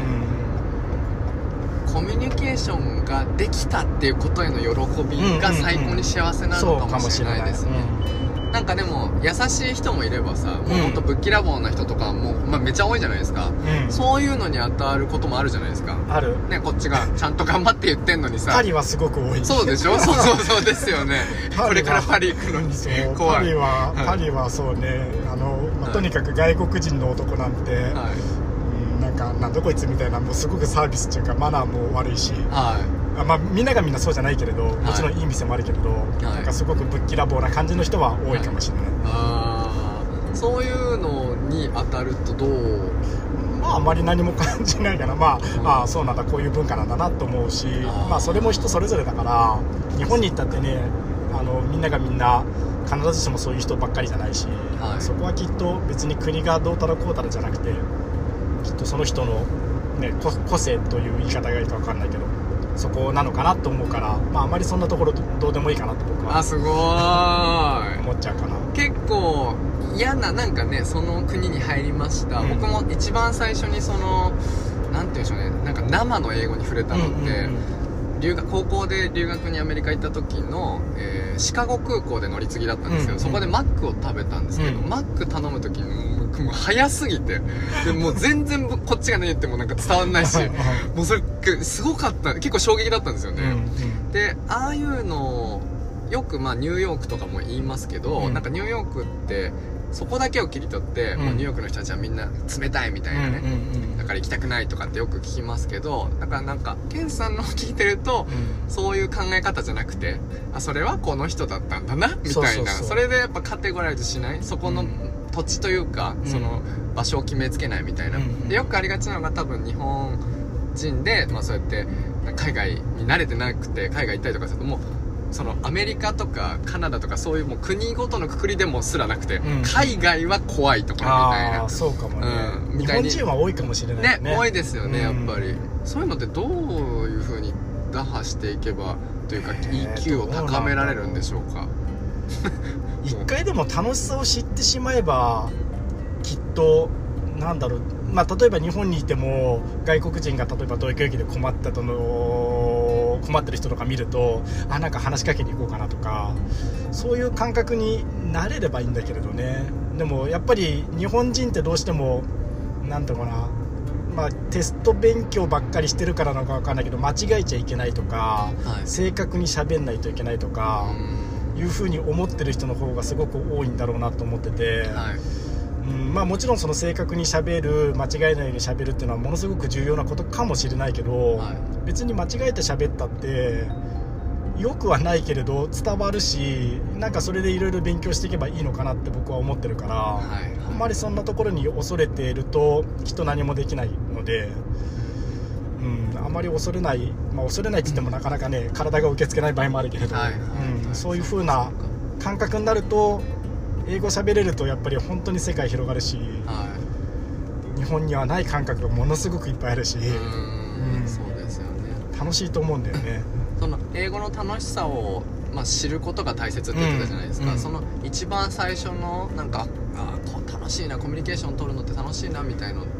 うん、コミュニケーションができたっていうことへの喜びが最高に幸せなのかもしれないですね。なんかでも優しい人もいればさ、もうほんとぶっきらぼうな人とかも、まあ、めちゃ多いじゃないですか、うん、そういうのに当たることもあるじゃないですか。 あるね、こっちがちゃんと頑張って言ってんのにさパリはすごく多い。 そうでしょそうそうそうですよねこれからパリ行くのに怖い。 パリは、はい、パリはそうね、あの、まあ、とにかく外国人の男なんて、はい、うん、なんかなんだこいつみたいな、もうすごくサービスっていうかマナーも悪いし、はい、まあ、みんながみんなそうじゃないけれど、はい、もちろんいい店もあるけれど、はい、なんかすごくぶっきらぼうな感じの人は多いかもしれない、はい、 あそういうのに当たるとどう？ まああまり何も感じないかな。まあ、うん、ああそうなんだ、こういう文化なんだなと思うし、あまあそれも人それぞれだから、日本に行ったってね、あのみんながみんな必ずしもそういう人ばっかりじゃないし、はい、そこはきっと別に国がどうたらこうたらじゃなくて、きっとその人の、ね、個性という言い方がいいか分かんないけど、そこなのかなと思うから、まああまりそんなところどうでもいいかなと僕はあすごーい思っちゃうかな。 結構嫌な、なんかね、その国に入りました、うん、僕も一番最初にそのなんていうんでしょうね、なんか生の英語に触れたのって、うんうんうん、留学高校で留学にアメリカ行った時の、えー、シカゴ空港で乗り継ぎだったんですけど、うんうん、そこでマックを食べたんですけど、うん、マック頼む時にもう早すぎて、でもう全然こっちが何言ってもなんか伝わんないしもうそれすごかった、結構衝撃だったんですよね、うんうん、でああいうのよくまあニューヨークとかも言いますけど、うん、なんかニューヨークってそこだけを切り取って、うん、もうニューヨークの人たちはみんな冷たいみたいなね、うんうんうん、だから行きたくないとかってよく聞きますけど、だからなんかケンさんの聞いてると、うん、そういう考え方じゃなくて、あそれはこの人だったんだなみたいな、そうそうそう、それでやっぱカテゴライズしない、そこの土地というか、うん、その場所を決めつけないみたいな、うん、でよくありがちなのが多分日本人で、まあ、そうやって海外に慣れてなくて海外行ったりとかすると、もうそのアメリカとかカナダとかそういうもう国ごとのくくりでもすらなくて、うん、海外は怖いところみたいな。 あそうかもね、うん、日本人は多いかもしれない ね, ね多いですよね、うん、やっぱりそういうのってどういう風に打破していけばというか イーキュー を高められるんでしょうか。 一回でも楽しさを知ってしまえばきっとなんだろう、まあ、例えば日本にいても外国人が例えば東京駅で困ったとの困ってる人とか見ると、あなんか話しかけに行こうかなとか、そういう感覚になれればいいんだけれどね。でもやっぱり日本人ってどうしてもなんていうかな、まあ、テスト勉強ばっかりしてるからなのか分かんないけど、間違えちゃいけないとか、はい、正確に喋んないといけないとかいうふうに思ってる人の方がすごく多いんだろうなと思ってて、はい、うん、まあ、もちろんその正確に喋る、間違えないように喋るっていうのはものすごく重要なことかもしれないけど、はい、別に間違えて喋ったってよくはないけれど伝わるし、なんかそれでいろいろ勉強していけばいいのかなって僕は思ってるから、はいはい、あんまりそんなところに恐れているときっと何もできないので、うん、あんまり恐れない、まあ、恐れないって言ってもなかなかね、体が受け付けない場合もあるけれど、はいはいはい、うん、そういう風な感覚になると英語喋れるとやっぱり本当に世界広がるし、はい、日本にはない感覚がものすごくいっぱいあるし、うーん、そうですよね、 楽しいと思うんだよね。 その英語の楽しさを、まあ、知ることが大切って言ってたじゃないですか、うんうん、その一番最初のなんかあこう楽しいな、コミュニケーション取るのって楽しいなみたいのって覚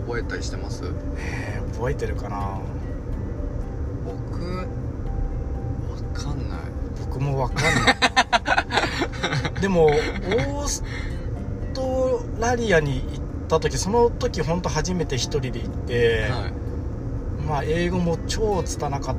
覚えたりしてます？ えー、覚えてるかな。 僕わかんない。 僕もわかんないでもオーストラリアに行った時、その時本当初めて一人で行って、はい、まあ英語も超拙かった、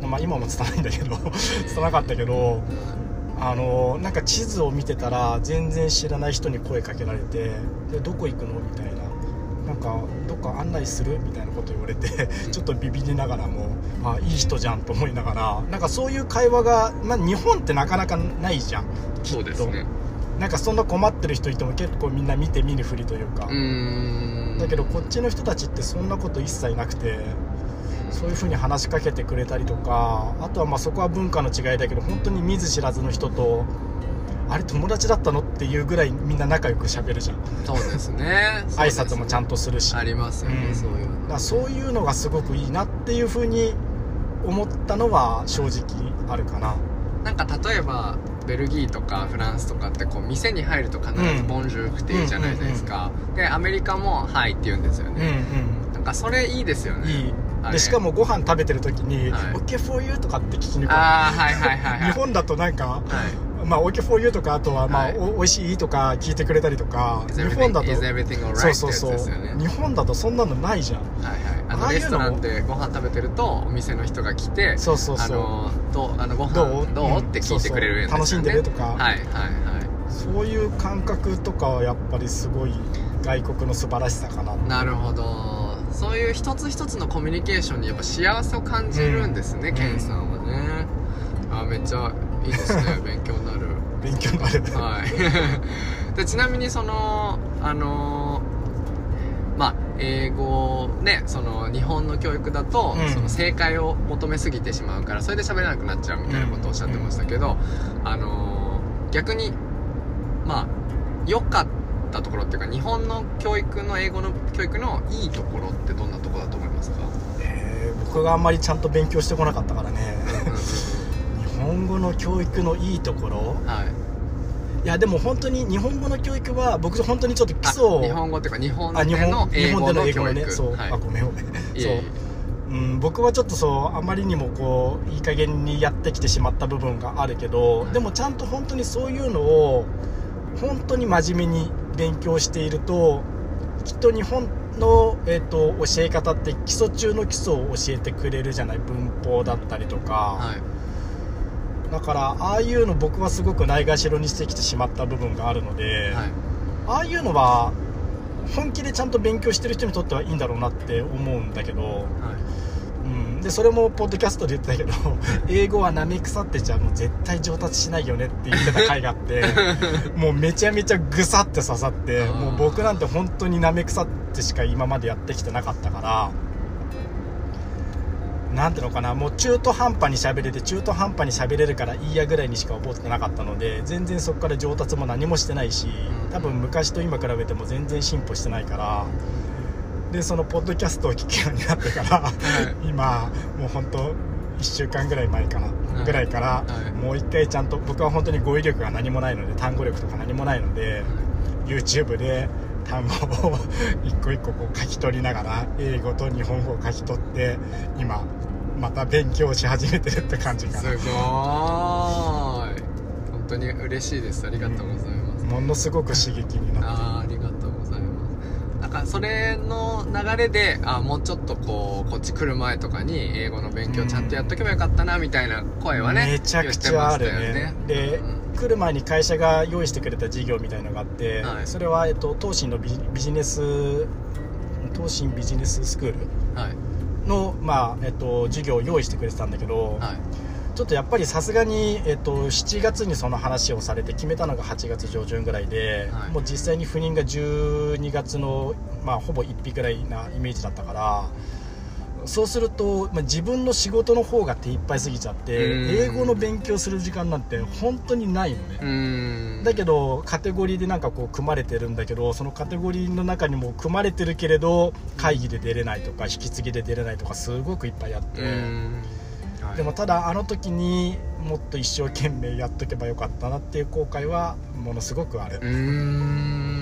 まあ今も拙いんだけど拙かったけど、あのなんか地図を見てたら全然知らない人に声かけられて、でどこ行くのみたいな、なんかどっか案内するみたいなこと言われてちょっとビビりながらも、あいい人じゃんと思いながら、なんかそういう会話が、まあ、日本ってなかなかないじゃん。 そうですね。 なんかそんな困ってる人いても結構みんな見て見ぬふりというか、うーん、だけどこっちの人たちってそんなこと一切なくて、そういう風に話しかけてくれたりとか、あとはまあそこは文化の違いだけど、本当に見ず知らずの人とあれ友達だったのっていうぐらいみんな仲良く喋るじゃん。 そうですね挨拶もちゃんとするし、 ありますよね、うん、そういうの。だからそういうのがすごくいいなっていう風に思ったのは正直あるかな。 なんか例えばベルギーとかフランスとかってこう店に入ると必ずボンジュールって言うじゃないですか、うんうんうんうん、でアメリカもはいって言うんですよね、うんうん、なんかそれいいですよね。いいで、しかもご飯食べてる時に、はい、OK for you とかって聞きに来る。 あ、はいはいはいはい、 日本だとなんか、はい、まあ OK for you とか、あとはまあ、はい、お, おいしいとか聞いてくれたりとか、日本だと Is everything alright そうそうそう、ね、日本だとそんなのないじゃん。はいはい。 あのレストランでご飯食べてるとお店の人が来て、 そうそうそう、 あのどあのご飯どう、 どう、うん、って聞いてくれるんですよね。 楽しんでるとか、 はいはいはい。 そういう感覚とかはやっぱりすごい外国の素晴らしさかな。 なるほど。そういう一つ一つのコミュニケーションにやっぱ幸せを感じるんですね、うん、ケンさんはね。あ、めっちゃいいですね勉強になる勉強になるはいでちなみにそのあのまあ英語ね、その日本の教育だと、うん、その正解を求めすぎてしまうからそれで喋れなくなっちゃうみたいなことをおっしゃってましたけど、うんうん、あの逆にまあ良かったところっていうか、日本の教育の英語の教育のいいところってどんなところだと思いますか？ えー、僕があんまりちゃんと勉強してこなかったからね日本語の教育のいいところ、はい、いやでも本当に日本語の教育は僕本当にちょっと基礎を、 日本語っていうか日本での英語の教育、ね、 そう、はい、あごめんごめんそう、うん、僕はちょっとそうあまりにもこういい加減にやってきてしまった部分があるけど、はい、でもちゃんと本当にそういうのを本当に真面目に勉強していると、きっと日本の、えーと、教え方って基礎中の基礎を教えてくれるじゃない、文法だったりとか、はい、だからああいうの僕はすごくないがしろにしてきてしまった部分があるので、はい、ああいうのは本気でちゃんと勉強してる人にとってはいいんだろうなって思うんだけど、はい、うん、でそれもポッドキャストで言ってたけど英語はなめ腐ってちゃもう絶対上達しないよねって言ってた回があってもうめちゃめちゃぐさって刺さって、もう僕なんて本当になめ腐ってしか今までやってきてなかったから、なんていうのかな、もう中途半端に喋れて中途半端に喋れるからいいやぐらいにしか覚えてなかったので、全然そこから上達も何もしてないし、多分昔と今比べても全然進歩してないから、でそのポッドキャストを聞くようになってから、はい、今もう本当いっしゅうかんぐらい前かな、はい、ぐらいから、はい、もう一回ちゃんと、僕は本当に語彙力が何もないので、単語力とか何もないので、はい、YouTube で単語を一個一個こう書き取りながら英語と日本語を書き取って今また勉強し始めてるって感じかな。 すごーい、本当に嬉しいです。ありがとうございます、 うん、ものすごく刺激になってる。 あ、ありがとうございます。なんかそれの流れで、あ、もうちょっとこうこっち来る前とかに英語の勉強ちゃんとやっとけばよかったなみたいな声はね、 めちゃくちゃあるね。で、うん、来る前に会社が用意してくれた授業みたいなのがあって、はい、それは、えっと、東進のビジ、ビジネス東進ビジネススクールの、はい、まあえっと、授業を用意してくれてたんだけど、はい、ちょっとやっぱりさすがに、えっと、しちがつにその話をされて決めたのがはちがつ上旬ぐらいで、はい、もう実際に赴任がじゅうにがつの、まあ、ほぼいっぴぐらいなイメージだったから、そうすると、まあ、自分の仕事の方が手いっぱいすぎちゃって英語の勉強する時間なんて本当にないのね。うーん、だけどカテゴリーでなんかこう組まれてるんだけど、そのカテゴリーの中にも組まれてるけれど会議で出れないとか引き継ぎで出れないとかすごくいっぱいあって、うーん、はい、でもただあの時にもっと一生懸命やっとけばよかったなっていう後悔はものすごくある。 うーん、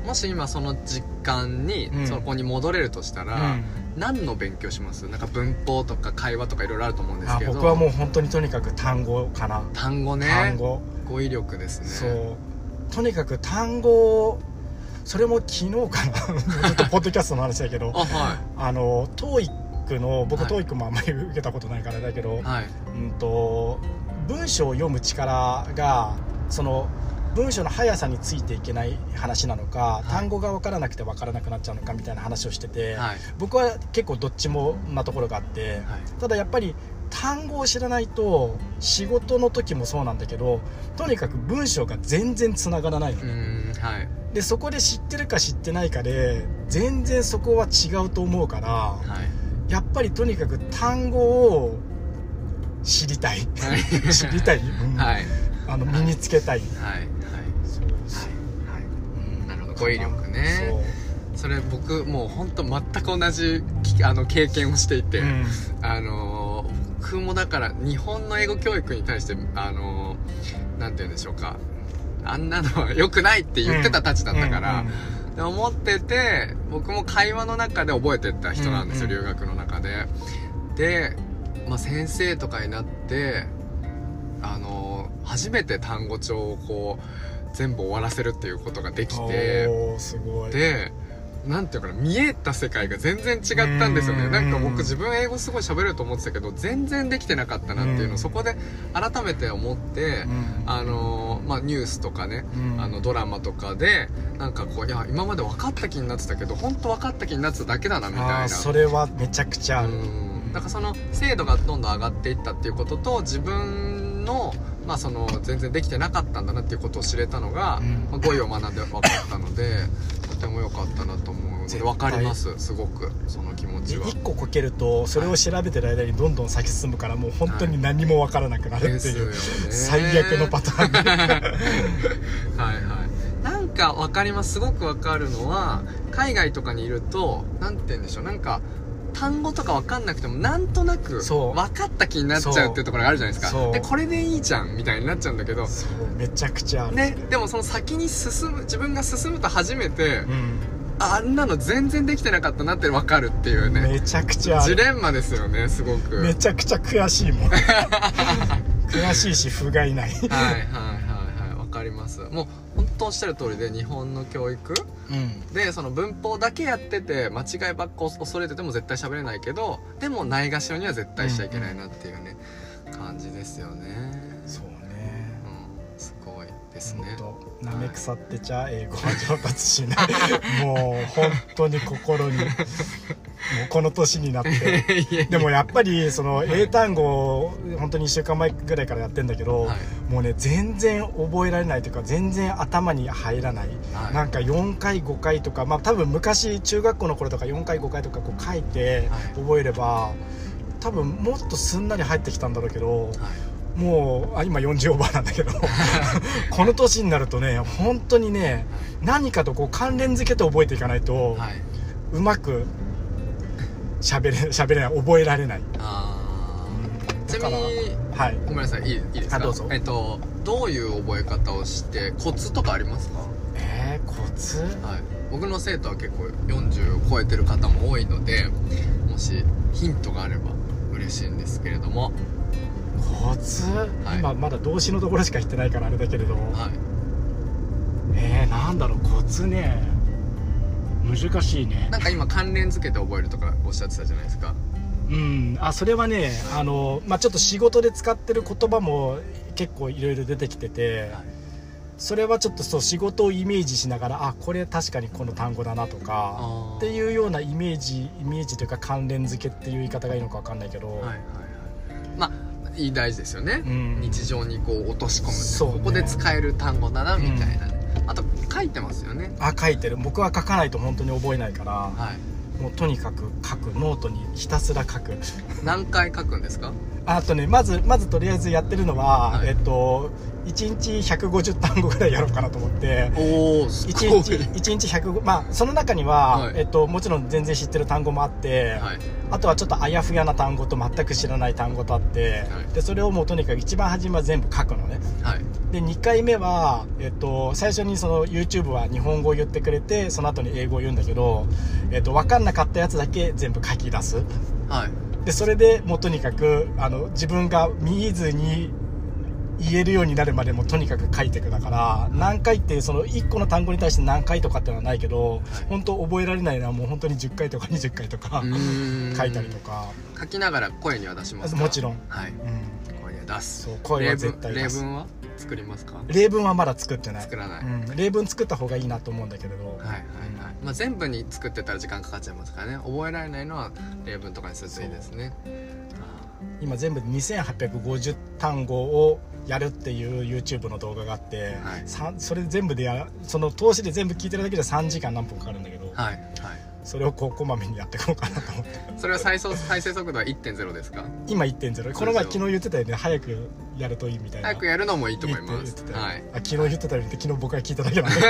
もし今その時間にそこに戻れるとしたら、うん、何の勉強します？なんか文法とか会話とかいろいろあると思うんですけど。 あ、僕はもう本当にとにかく単語かな。 単語ね。 単語、 語彙力ですね。 そうとにかく単語、それも昨日かなずっとポッドキャストの話だけどあ、はい、あの トーイック の僕、はい、トーイック もあんまり受けたことないからだけど、はい、うんと文章を読む力がその文章の速さについていけない話なのか、はい、単語が分からなくて分からなくなっちゃうのかみたいな話をしてて、はい、僕は結構どっちもなところがあって、はい、ただやっぱり単語を知らないと仕事の時もそうなんだけど、とにかく文章が全然つながらないのね。うん、はい、でそこで知ってるか知ってないかで全然そこは違うと思うから、はい、やっぱりとにかく単語を知りたい知りたい、うん、はい、あの身につけたい、はいはい、そうです、はいはい、 なるほど、語彙力ね。そう、それ僕もう本当全く同じあの経験をしていて、うん、あの僕もだから日本の英語教育に対してあのなんて言うんでしょうか、あんなのは良くないって言ってたたちだったから、うんうんうん、で思ってて、僕も会話の中で覚えてった人なんですよ、うんうん、留学の中で。で、まあ、先生とかになってあの初めて単語帳をこう全部終わらせるっていうことができて、 おー、すごい。 でなんていうかな、見えた世界が全然違ったんですよね。なんか僕自分英語すごい喋れると思ってたけど全然できてなかったなっていうのをそこで改めて思って、あのまあニュースとかね、あのドラマとかでなんかこう、いや今まで分かった気になってたけど本当分かった気になってただけだなみたいな。 あ、それはめちゃくちゃある。 だからその精度がどんどん上がっていったっていうことと、自分のまあその全然できてなかったんだなっていうことを知れたのが、まあ、語彙を学んで分かったのでとても良かったなと思うので、分かります、すごくその気持ちは。 いっここけるとそれを調べてる間にどんどん先進むから、もう本当に何も分からなくなるっていう、はい、最悪のパターンはいはい、 なんか分かります。すごく分かるのは、海外とかにいるとなんて言うんでしょう、なんか単語とか分かんなくてもなんとなく分かった気になっちゃうっていうところがあるじゃないですか。でこれでいいじゃんみたいになっちゃうんだけど、 そうめちゃくちゃあるね。でもその先に進む、自分が進むと初めて、うん、あんなの全然できてなかったなって分かるっていうね、 めちゃくちゃあるジレンマですよね。すごくめちゃくちゃ悔しいもん悔しいし不甲斐ないはいはいはいはい、分かります。もう本当おっしゃる通りで、日本の教育、うん、でその文法だけやってて間違いばっか恐れてても絶対喋れないけど、でもないがしろには絶対しちゃいけないなっていうね、うんうん、感じですよね。 そうね、 うん、すごいですね。 なめ腐ってちゃ英語は上達しないもう本当に心にもうこの年になってでもやっぱりその英単語を本当にいっしゅうかんまえぐらいからやってんだけど、はい、もうね全然覚えられないというか全然頭に入らない、はい、なんかよんかいごかいとか、まあ多分昔中学校の頃とかよんかいごかいとかこう書いて覚えれば、はい、多分もっとすんなり入ってきたんだろうけど、はい、もうあ今よんじゅうオーバーなんだけどこの年になるとね本当にね何かとこう関連付けて覚えていかないと、はい、うまく喋れ喋れない覚えられない。 あ、うん、ちなみに、はい、ごめんなさい、いい、いいですか。 どうぞ。 えっとどういう覚え方をしてコツとかありますか？ えー、コツ？はい、 僕の生徒は結構よんじゅうを超えてる方も多いので、もしヒントがあれば嬉しいんですけれども。 コツ、はい、今まだ動詞のところしか言ってないからあれだけれど、はい、えー、なんだろうコツね、難しいね。 なんか今関連付けて覚えるとかおっしゃってたじゃないですか。 うん、あ、それはね、あの、まあ、ちょっと仕事で使ってる言葉も結構いろいろ出てきてて、はい、それはちょっとそう仕事をイメージしながら、あ、これ確かにこの単語だなとかっていうようなイメージイメージというか関連付けっていう言い方がいいのか分かんないけど、はいはいはい、まあいい大事ですよね、うん、日常にこう落とし込む、そうね、ここで使える単語だなみたいな、ね、うん、あと書いてますよね。 あ、書いてる。僕は書かないと本当に覚えないから、はい、もうとにかく書く、ノートにひたすら書く。 何回書くんですか？ あとね、まずまずとりあえずやってるのは、はい、えっといちにちひゃくごじゅうたんごぐらいやろうかなと思って、 おーすごい。 いちにちいちにちひゃくごまあその中には、 はいえっと、もちろん全然知ってる単語もあって、 はい、 あとはちょっとあやふやな単語と全く知らない単語とあって、はい、でそれをもうとにかく一番初めは全部書くのね、はい、でにかいめは、えっと、最初にその YouTube は日本語を言ってくれて、その後に英語を言うんだけど、えっと、分かんなかったやつだけ全部書き出す、はい、でそれでもうとにかくあの自分が見ずに言えるようになるまでもとにかく書いていく。だから何回ってそのいっこの単語に対して何回とかってのはないけど、はい、本当覚えられないのはもう本当にじゅっかいとかにじゅっかいとか書いたりとか。 書きながら声には出しますか？ もちろん、はい、うん、 声には出す。 そう、声は絶対出す。 例文は作りますか？ 例文はまだ作ってない。 作らない、 うん、例文作った方がいいなと思うんだけれど、はいはいはい、 まあ、全部に作ってたら時間かかっちゃいますからね。覚えられないのは例文とかにするといいですね。 今全部でにせんはっぴゃくごじゅうたんごをやるっていう YouTube の動画があって、はい、それ全部でやその通しで全部聞いてるだけでさんじかん何分かかるんだけど、はいはい、それをこうこまめにやっていこうかなと思って。 それは再生再生速度は いってんゼロ ですか？ 今 いってんゼロ。 この前昨日言ってたよね、早くやるといいみたいな。早くやるのもいいと思います。 はい、あ昨日言ってたよりって昨日僕が聞いただけなんで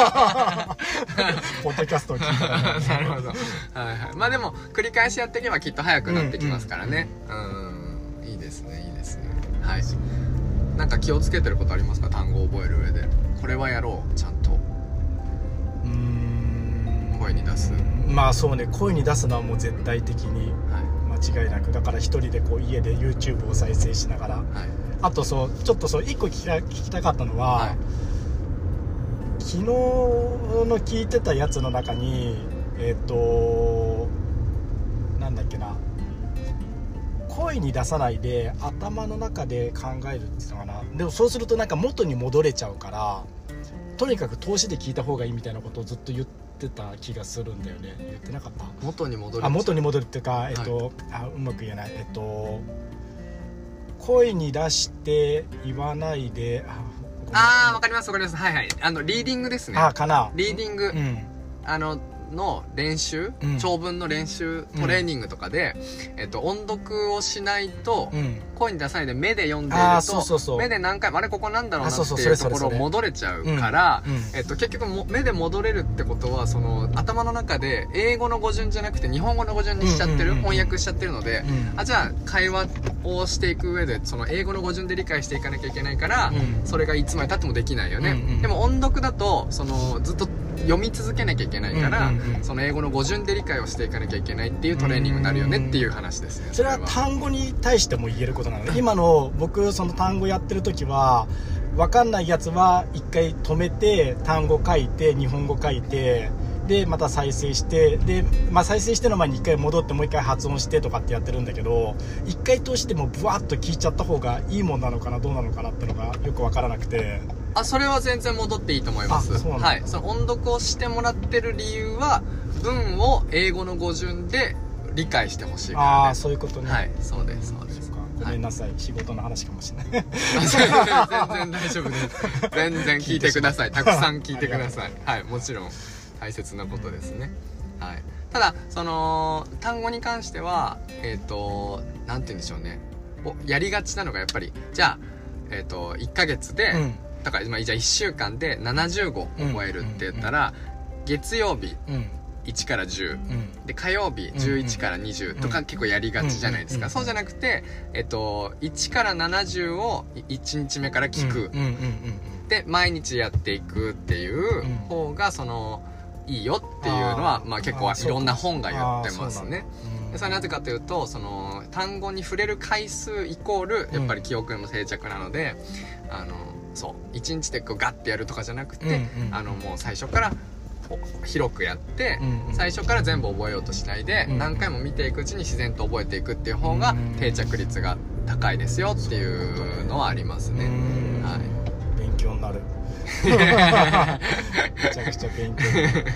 ポッドキャストを聞いただけ。 なるほど、はいはい、まあでも繰り返しやっていけばきっと早くなってきますからね。うん、うん、いいですねいいですね。はい、なんか気をつけてることありますか？単語を覚える上でこれはやろうちゃんと。うーん、声に出す。 まあそうね、声に出すのはもう絶対的に間違いなく。だから一人でこう家で YouTube を再生しながら、はい、あとそうちょっとそう一個聞きた、聞きたかったのは、はい、昨日の聞いてたやつの中にえっとなんだっけな、声に出さないで頭の中で考えるっていうのかな。でもそうするとなんか元に戻れちゃうから、とにかく通しで聞いた方がいいみたいなことをずっと言ってた気がするんだよね。言ってなかった？ 元に戻る。 あ、元に戻るっていうか、えっと、はい、あうまく言えない。えっと声に出して言わないで、 ああ、わかりますわかります。はいはい。あのリーディングですね。 あかな。 リーディング。うん、あの。の練習、うん、長文の練習トレーニングとかで、うん、えっと、音読をしないと、うん、声に出さないで目で読んでいると、そうそうそう、目で何回もあれここなんだろうなっていうところ戻れちゃうから、えっと、結局も目で戻れるってことはその頭の中で英語の語順じゃなくて日本語の語順にしちゃってる、翻訳しちゃってるので、うん、あじゃあ会話をしていく上でその英語の語順で理解していかなきゃいけないから、うん、それがいつまで経ってもできないよね、うんうん、でも音読だとそのずっと読み続けなきゃいけないから、うんうんうん、その英語の語順で理解をしていかなきゃいけないっていうトレーニングになるよねっていう話ですね。 それは単語に対しても言えることなので、今の僕その単語やってる時は分かんないやつは一回止めて単語書いて日本語書いてでまた再生してで、まあ、再生しての前に一回戻ってもう一回発音してとかってやってるんだけど、一回通してもブワッと聞いちゃった方がいいもんなのかなどうなのかなってのがよく分からなくて。 あ、それは全然戻っていいと思います。はい、その音読をしてもらってる理由は文を英語の語順で理解してほしいからね。 ああ、そういうことね。 はい、そうですそうです。 ごめんなさい、はい、仕事の話かもしれない。 全然大丈夫です。全然聞いてください。たくさん聞いてください。はい、もちろん大切なことですね。はい。ただその単語に関してはえっとなんて言うんでしょうね。やりがちなのがやっぱりじゃあえっといっかげつで、うん、だから、まあ、じゃあいっしゅうかんでななじゅうご覚えるって言ったら、うん、月曜日、うん、いちからじゅう、うん、で火曜日じゅういちからにじゅうとか、うん、結構やりがちじゃないですか、うん、そうじゃなくて、えっと、いちからななじゅうをいちにちめから聞く、で毎日やっていくっていう方がそのいいよっていうのは、まあ、結構いろんな本が言ってますね。でそれはなぜかというとその単語に触れる回数イコールやっぱり記憶の定着なので、うん、あのそういちにちでこうガッてやるとかじゃなくて、うんうん、あのもう最初から広くやって、うんうん、最初から全部覚えようとしないで、うんうん、何回も見ていくうちに自然と覚えていくっていう方が定着率が高いですよっていうのはありますね。はい、 勉強になる。めちゃくちゃ勉強になる。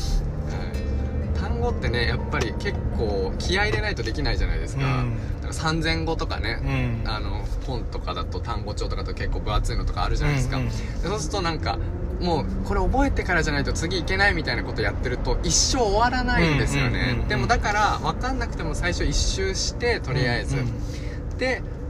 単語ってねやっぱり結構気合い入れないとできないじゃないですか、うん、だからさんぜんごとかね、うん、あの本とかだと単語帳とかだと結構分厚いのとかあるじゃないですか、うんうん、でそうするとなんかもうこれ覚えてからじゃないと次いけないみたいなことやってると一生終わらないんですよね。でもだから分かんなくても最初一周してとりあえず、うんうんうん、で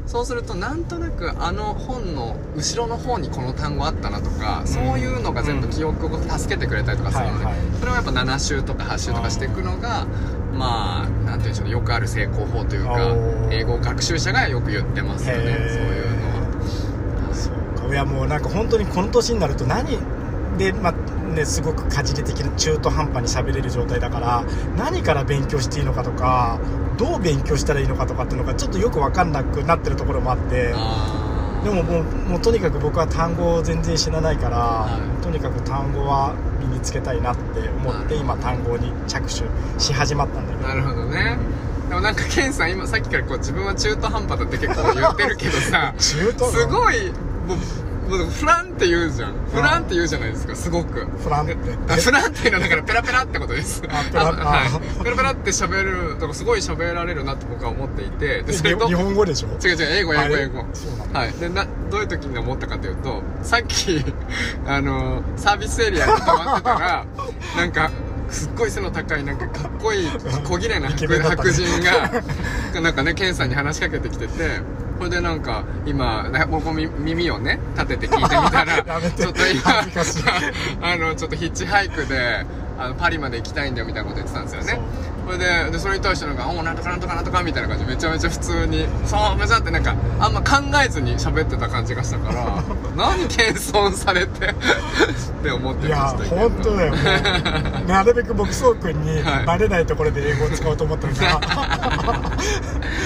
そうするとなんとなくあの本の後ろの方にこの単語あったなとか、うん、そういうのが全部記憶を助けてくれたりとかするので、はいはい、それはやっぱなな週とかはち週とかしていくのがまあなんていうんでしょうね、よくある成功法というか英語学習者がよく言ってますよね、そういうのは。 そうか、いやもうなんか本当にこの年になると何で、まあね、すごくかじり的な中途半端に喋れる状態だから何から勉強していいのかとかどう勉強したらいいのかとかっていうのがちょっとよく分かんなくなってるところもあって、でももう、もうとにかく僕は単語を全然知らないから、はい、とにかく単語は身につけたいなって思って今単語に着手し始まったんだけど。 なるほどね、うん、でもなんかケンさん今さっきからこう自分は中途半端だって結構言ってるけどさ中途すごいもうフランって言うじゃん、フランって言うじゃないですか、すごくフランってフランっていうのはだからペラペラってことです。あペラ、はい、ペラペラって喋るだからすごい喋られるなって僕は思っていて、でそれと日本語でしょ。 違う違う、英語英語英語はい。でなどういう時に思ったかというと、さっきあのサービスエリアに泊まってたらなんかすっごい背の高いなんかかっこいい小綺麗な 白, 白人がなんかねケンさんに話しかけてきてて、それでなんか今僕も耳をね立てて聞いてみたらちょっと今あのちょっとヒッチハイクであのパリまで行きたいんだよみたいなこと言ってたんですよね。それ で, でそれに対してなんか「おなんとかなんとかなんとか」みたいな感じでめちゃめちゃ普通に「そうめちゃ」ってなんかあんま考えずに喋ってた感じがしたから何謙遜されてって思ってましたけど。いや本当だよなるべく僕そうくんにバレないところで英語を使おうと思ったのが、はい、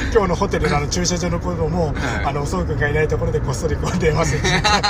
今日のホテルのあの駐車場のことも、はい、あのそうくんがいないところでこっそりこう電話して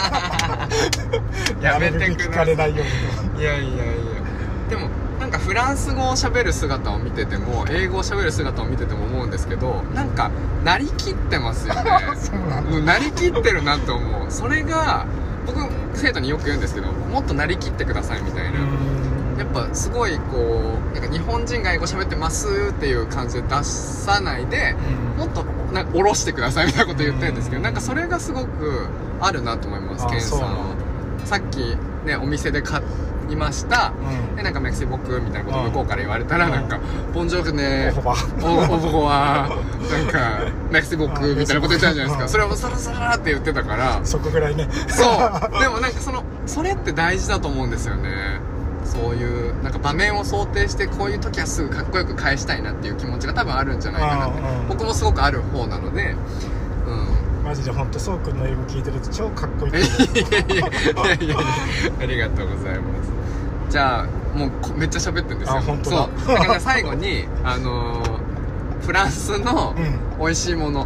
やめてください。 聞かれないように。いやいやいや、でもなんかフランス語を喋る姿を見てても英語を喋る姿を見てても思うんですけど、なんかなりきってますよねもうなりきってるなと思う。それが僕生徒によく言うんですけど、もっとなりきってくださいみたいな。やっぱすごいこうなんか日本人が英語喋ってますっていう感じで出さないで、もっとなんか下ろしてくださいみたいなこと言ってるんですけど、なんかそれがすごくあるなと思います。ケンさんはさっきねお店で買いました、うん、でなんかメキシボクみたいなこと向こうから言われたら、うん、なんかボンジョルネオホバオホバなんかメキシボクみたいなこと言ったじゃないですか。それをサラサラって言ってたから、 そこぐらいね。 そうでもなんかそのそれって大事だと思うんですよね。そういうなんか場面を想定してこういう時はすぐかっこよく返したいなっていう気持ちが多分あるんじゃないかなって、うん、僕もすごくある方なので、うん、 マジで本当そうくんの英語聞いてると超かっこいいと思ういやいやいやいやありがとうございます。じゃあもうめっちゃ喋ってるんですよ。 あ本当だ。 そうだから最後にあのー、フランスの美味しいもの、うん、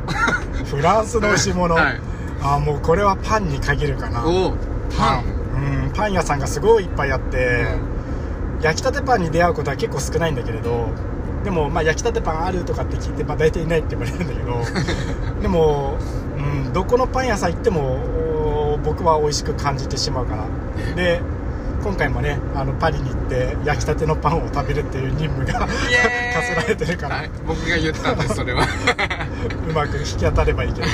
フランスの美味しいもの、はい、あもうこれはパンに限るかな。 おパン、 うん、パン屋さんがすごいいっぱいあって、うん、焼きたてパンに出会うことは結構少ないんだけれど、でもまあ焼きたてパンあるとかって聞いて、まあ、大体いないって言われるんだけどでも、うん、どこのパン屋さん行っても僕は美味しく感じてしまうから。で今回もねあのパリに行って焼きたてのパンを食べるっていう任務が課せられてるから、はい、 僕が言ったんですそれはうまく引き当たればいいけど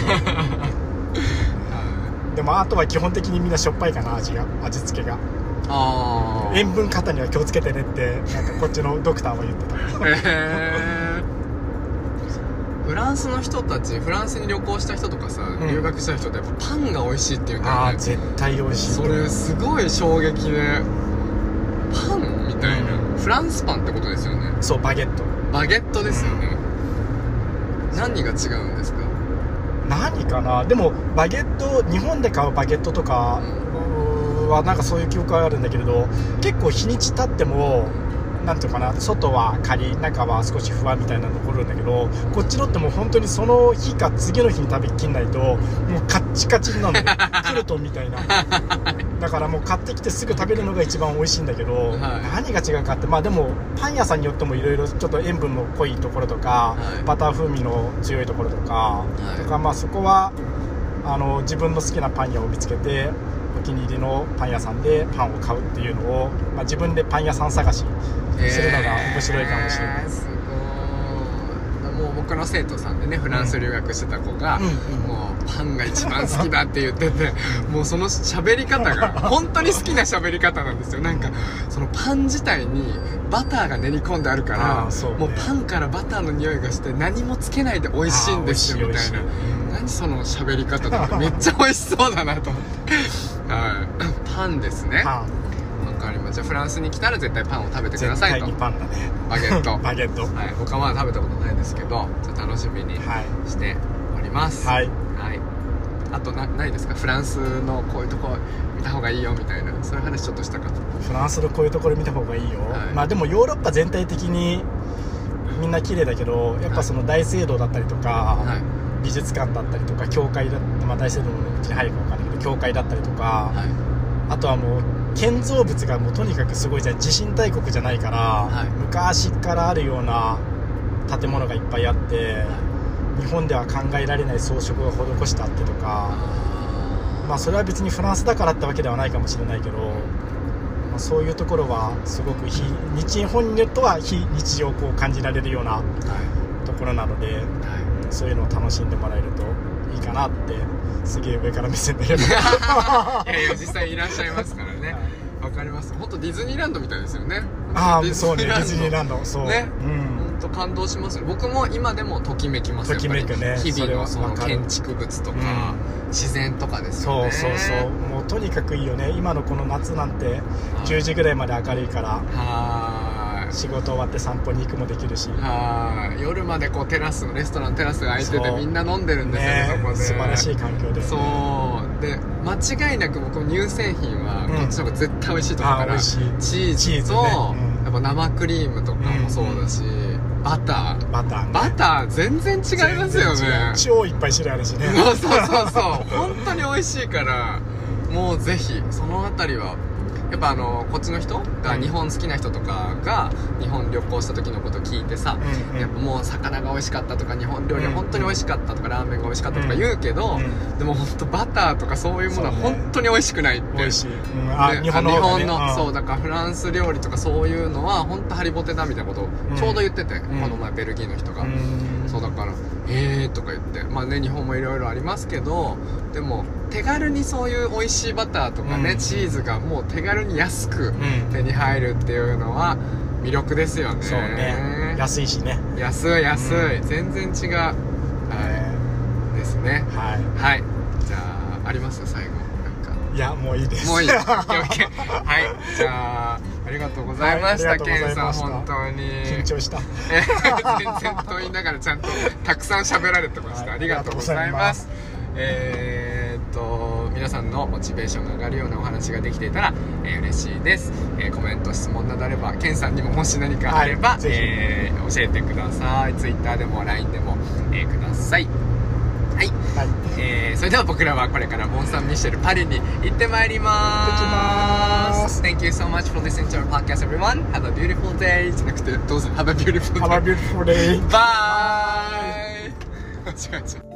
でもあとは基本的にみんなしょっぱいかな、味が味付けが。 あ塩分過多には気をつけてねってなんかこっちのドクターは言ってたへーフランスの人たちフランスに旅行した人とかさ、うん、留学した人ってやっぱパンが美味しいっていうんだよね。 あ絶対美味しい。 それすごい衝撃でパンみたいな、うん、フランスパンってことですよね。 そうバゲットバゲットですよね、うん、何が違うんですか。 何かな。でもバゲット日本で買うバゲットとかはなんかそういう記憶があるんだけれど、結構日にち経ってもなんていうかな、外はカリ中は少しふわみたいなの残るんだけど、こっちのってもう本当にその日か次の日に食べきんないともうカッチカチになるのキルトンみたいなだからもう買ってきてすぐ食べるのが一番美味しいんだけど、はい、何が違うかって、まあでもパン屋さんによってもいろいろちょっと塩分の濃いところとか、はい、バター風味の強いところとか、はい、とかまあそこはあの自分の好きなパン屋を見つけてお気に入りのパン屋さんでパンを買うっていうのを、まあ、自分でパン屋さん探しするのが面白いかもしれない、 えー、すごい。 もう僕の生徒さんでねフランス留学してた子が、 うんうんもうパンが一番好きだって言っててもうその喋り方が本当に好きな喋り方なんですよ。なんかそのパン自体にバターが練り込んであるから、 あーそうねもうパンからバターの匂いがして何もつけないで美味しいんですよみたいな。何その喋り方とかめっちゃ美味しそうだなと思ってはいパンですね。 パンわかりました。じゃあフランスに来たら絶対パンを食べてくださいと。 絶対にパンだね。 バゲットバゲット。 はい、僕はまだ食べたことないですけどちょっと楽しみにはいしております。 はい。 はい、あとなないですか、フランスのこういうとこ見た方がいいよみたいな、そういう話ちょっとしたかった。 フランスのこういうところ見た方がいいよ、 はいまあでもヨーロッパ全体的にみんな綺麗だけどやっぱその大聖堂だったりとか、 はい美術館だったりとか教会だ、まあ、大聖堂のうちに入るか分かんないけど教会だったりとか、 はいあとはもう建造物がもうとにかくすごいじゃん。地震大国じゃないから、 はい昔からあるような建物がいっぱいあって日本では考えられない装飾が施してあってとか、まあそれは別にフランスだからってわけではないかもしれないけど、まあ、そういうところはすごく非日本とは非日常をこう感じられるようなはところなので、 いはいそういうのを楽しんでもらえるといいかなってすげえ上から目線でいやいや実際いらっしゃいますからね。わかります。本当ディズニーランドみたいですよね。 あディあそうねデランドィズニーランドそうねうん本当感動しますよ。僕も今でもときめきますよ。 ときめくねやっぱり日々のそのそれはわかる建築物とか、 う自然とかですよね。 そうそうそうもうとにかくいいよね。今のこの夏なんてはいじゅうじぐらいまで明るいからはーい仕事終わって散歩に行くもできるしはーい夜までこうテラスレストランテラスが開いててそうみんな飲んでるんですよねねそこで。 素晴らしい環境でそうで間違いなく僕乳製品はうんこっちの方が絶対美味しいと思うから、 あー美味しいチーズとチーズねうんやっぱ生クリームとかもそうだし、バターバターねバター全然違いますよね。 全然違う超いっぱい種類あるしねそうそうそうそう本当に美味しいからもうぜひそのあたりはやっぱあのこっちの人が日本好きな人とかが日本旅行した時のことを聞いてさ、 うんうんやっぱもう魚が美味しかったとか日本料理は本当に美味しかったとかラーメンが美味しかったとか言うけど、 うんでも本当バターとかそういうものはそうね本当に美味しくないって美味しい、うんあで日本の方がね日本の、 うんそうだからフランス料理とかそういうのは本当ハリボテだみたいなことをちょうど言ってて、 んこの前ベルギーの人が、 うんそうだから「えー」とか言ってまあね日本もいろいろありますけどでも手軽にそういう美味しいバターとかね、 うんチーズがもう手軽に安くうん手に入るっていうのは魅力ですよね。 そうね安いしね安い安い、 う全然違う、はねいですね。 ははいじゃああります最後なんかいいやもういいですもういいオッケーオッケーはいじゃあありがとうございました、 はいありがとうございケンさんました本当に緊張したえー全然と言いながらちゃんとたくさん喋られてました、 はいありがとうございますえーっと皆さんのモチベーションが上がるようなお話ができていたら、えー嬉しいです、えーコメント質問などあればケンさんにももし何かあれば、 はいぜひえー教えてください。 Twitter でも ライン でも、えーください。はい、 はいえーそれでは僕らはこれからモン・サン・ミシェルパリに行ってまいりま行ってきまーす Thank you so much for listening to our podcast everyone. Have a beautiful day じゃなくてどうぞ Have a beautiful day Have a beautiful day Bye 違う違う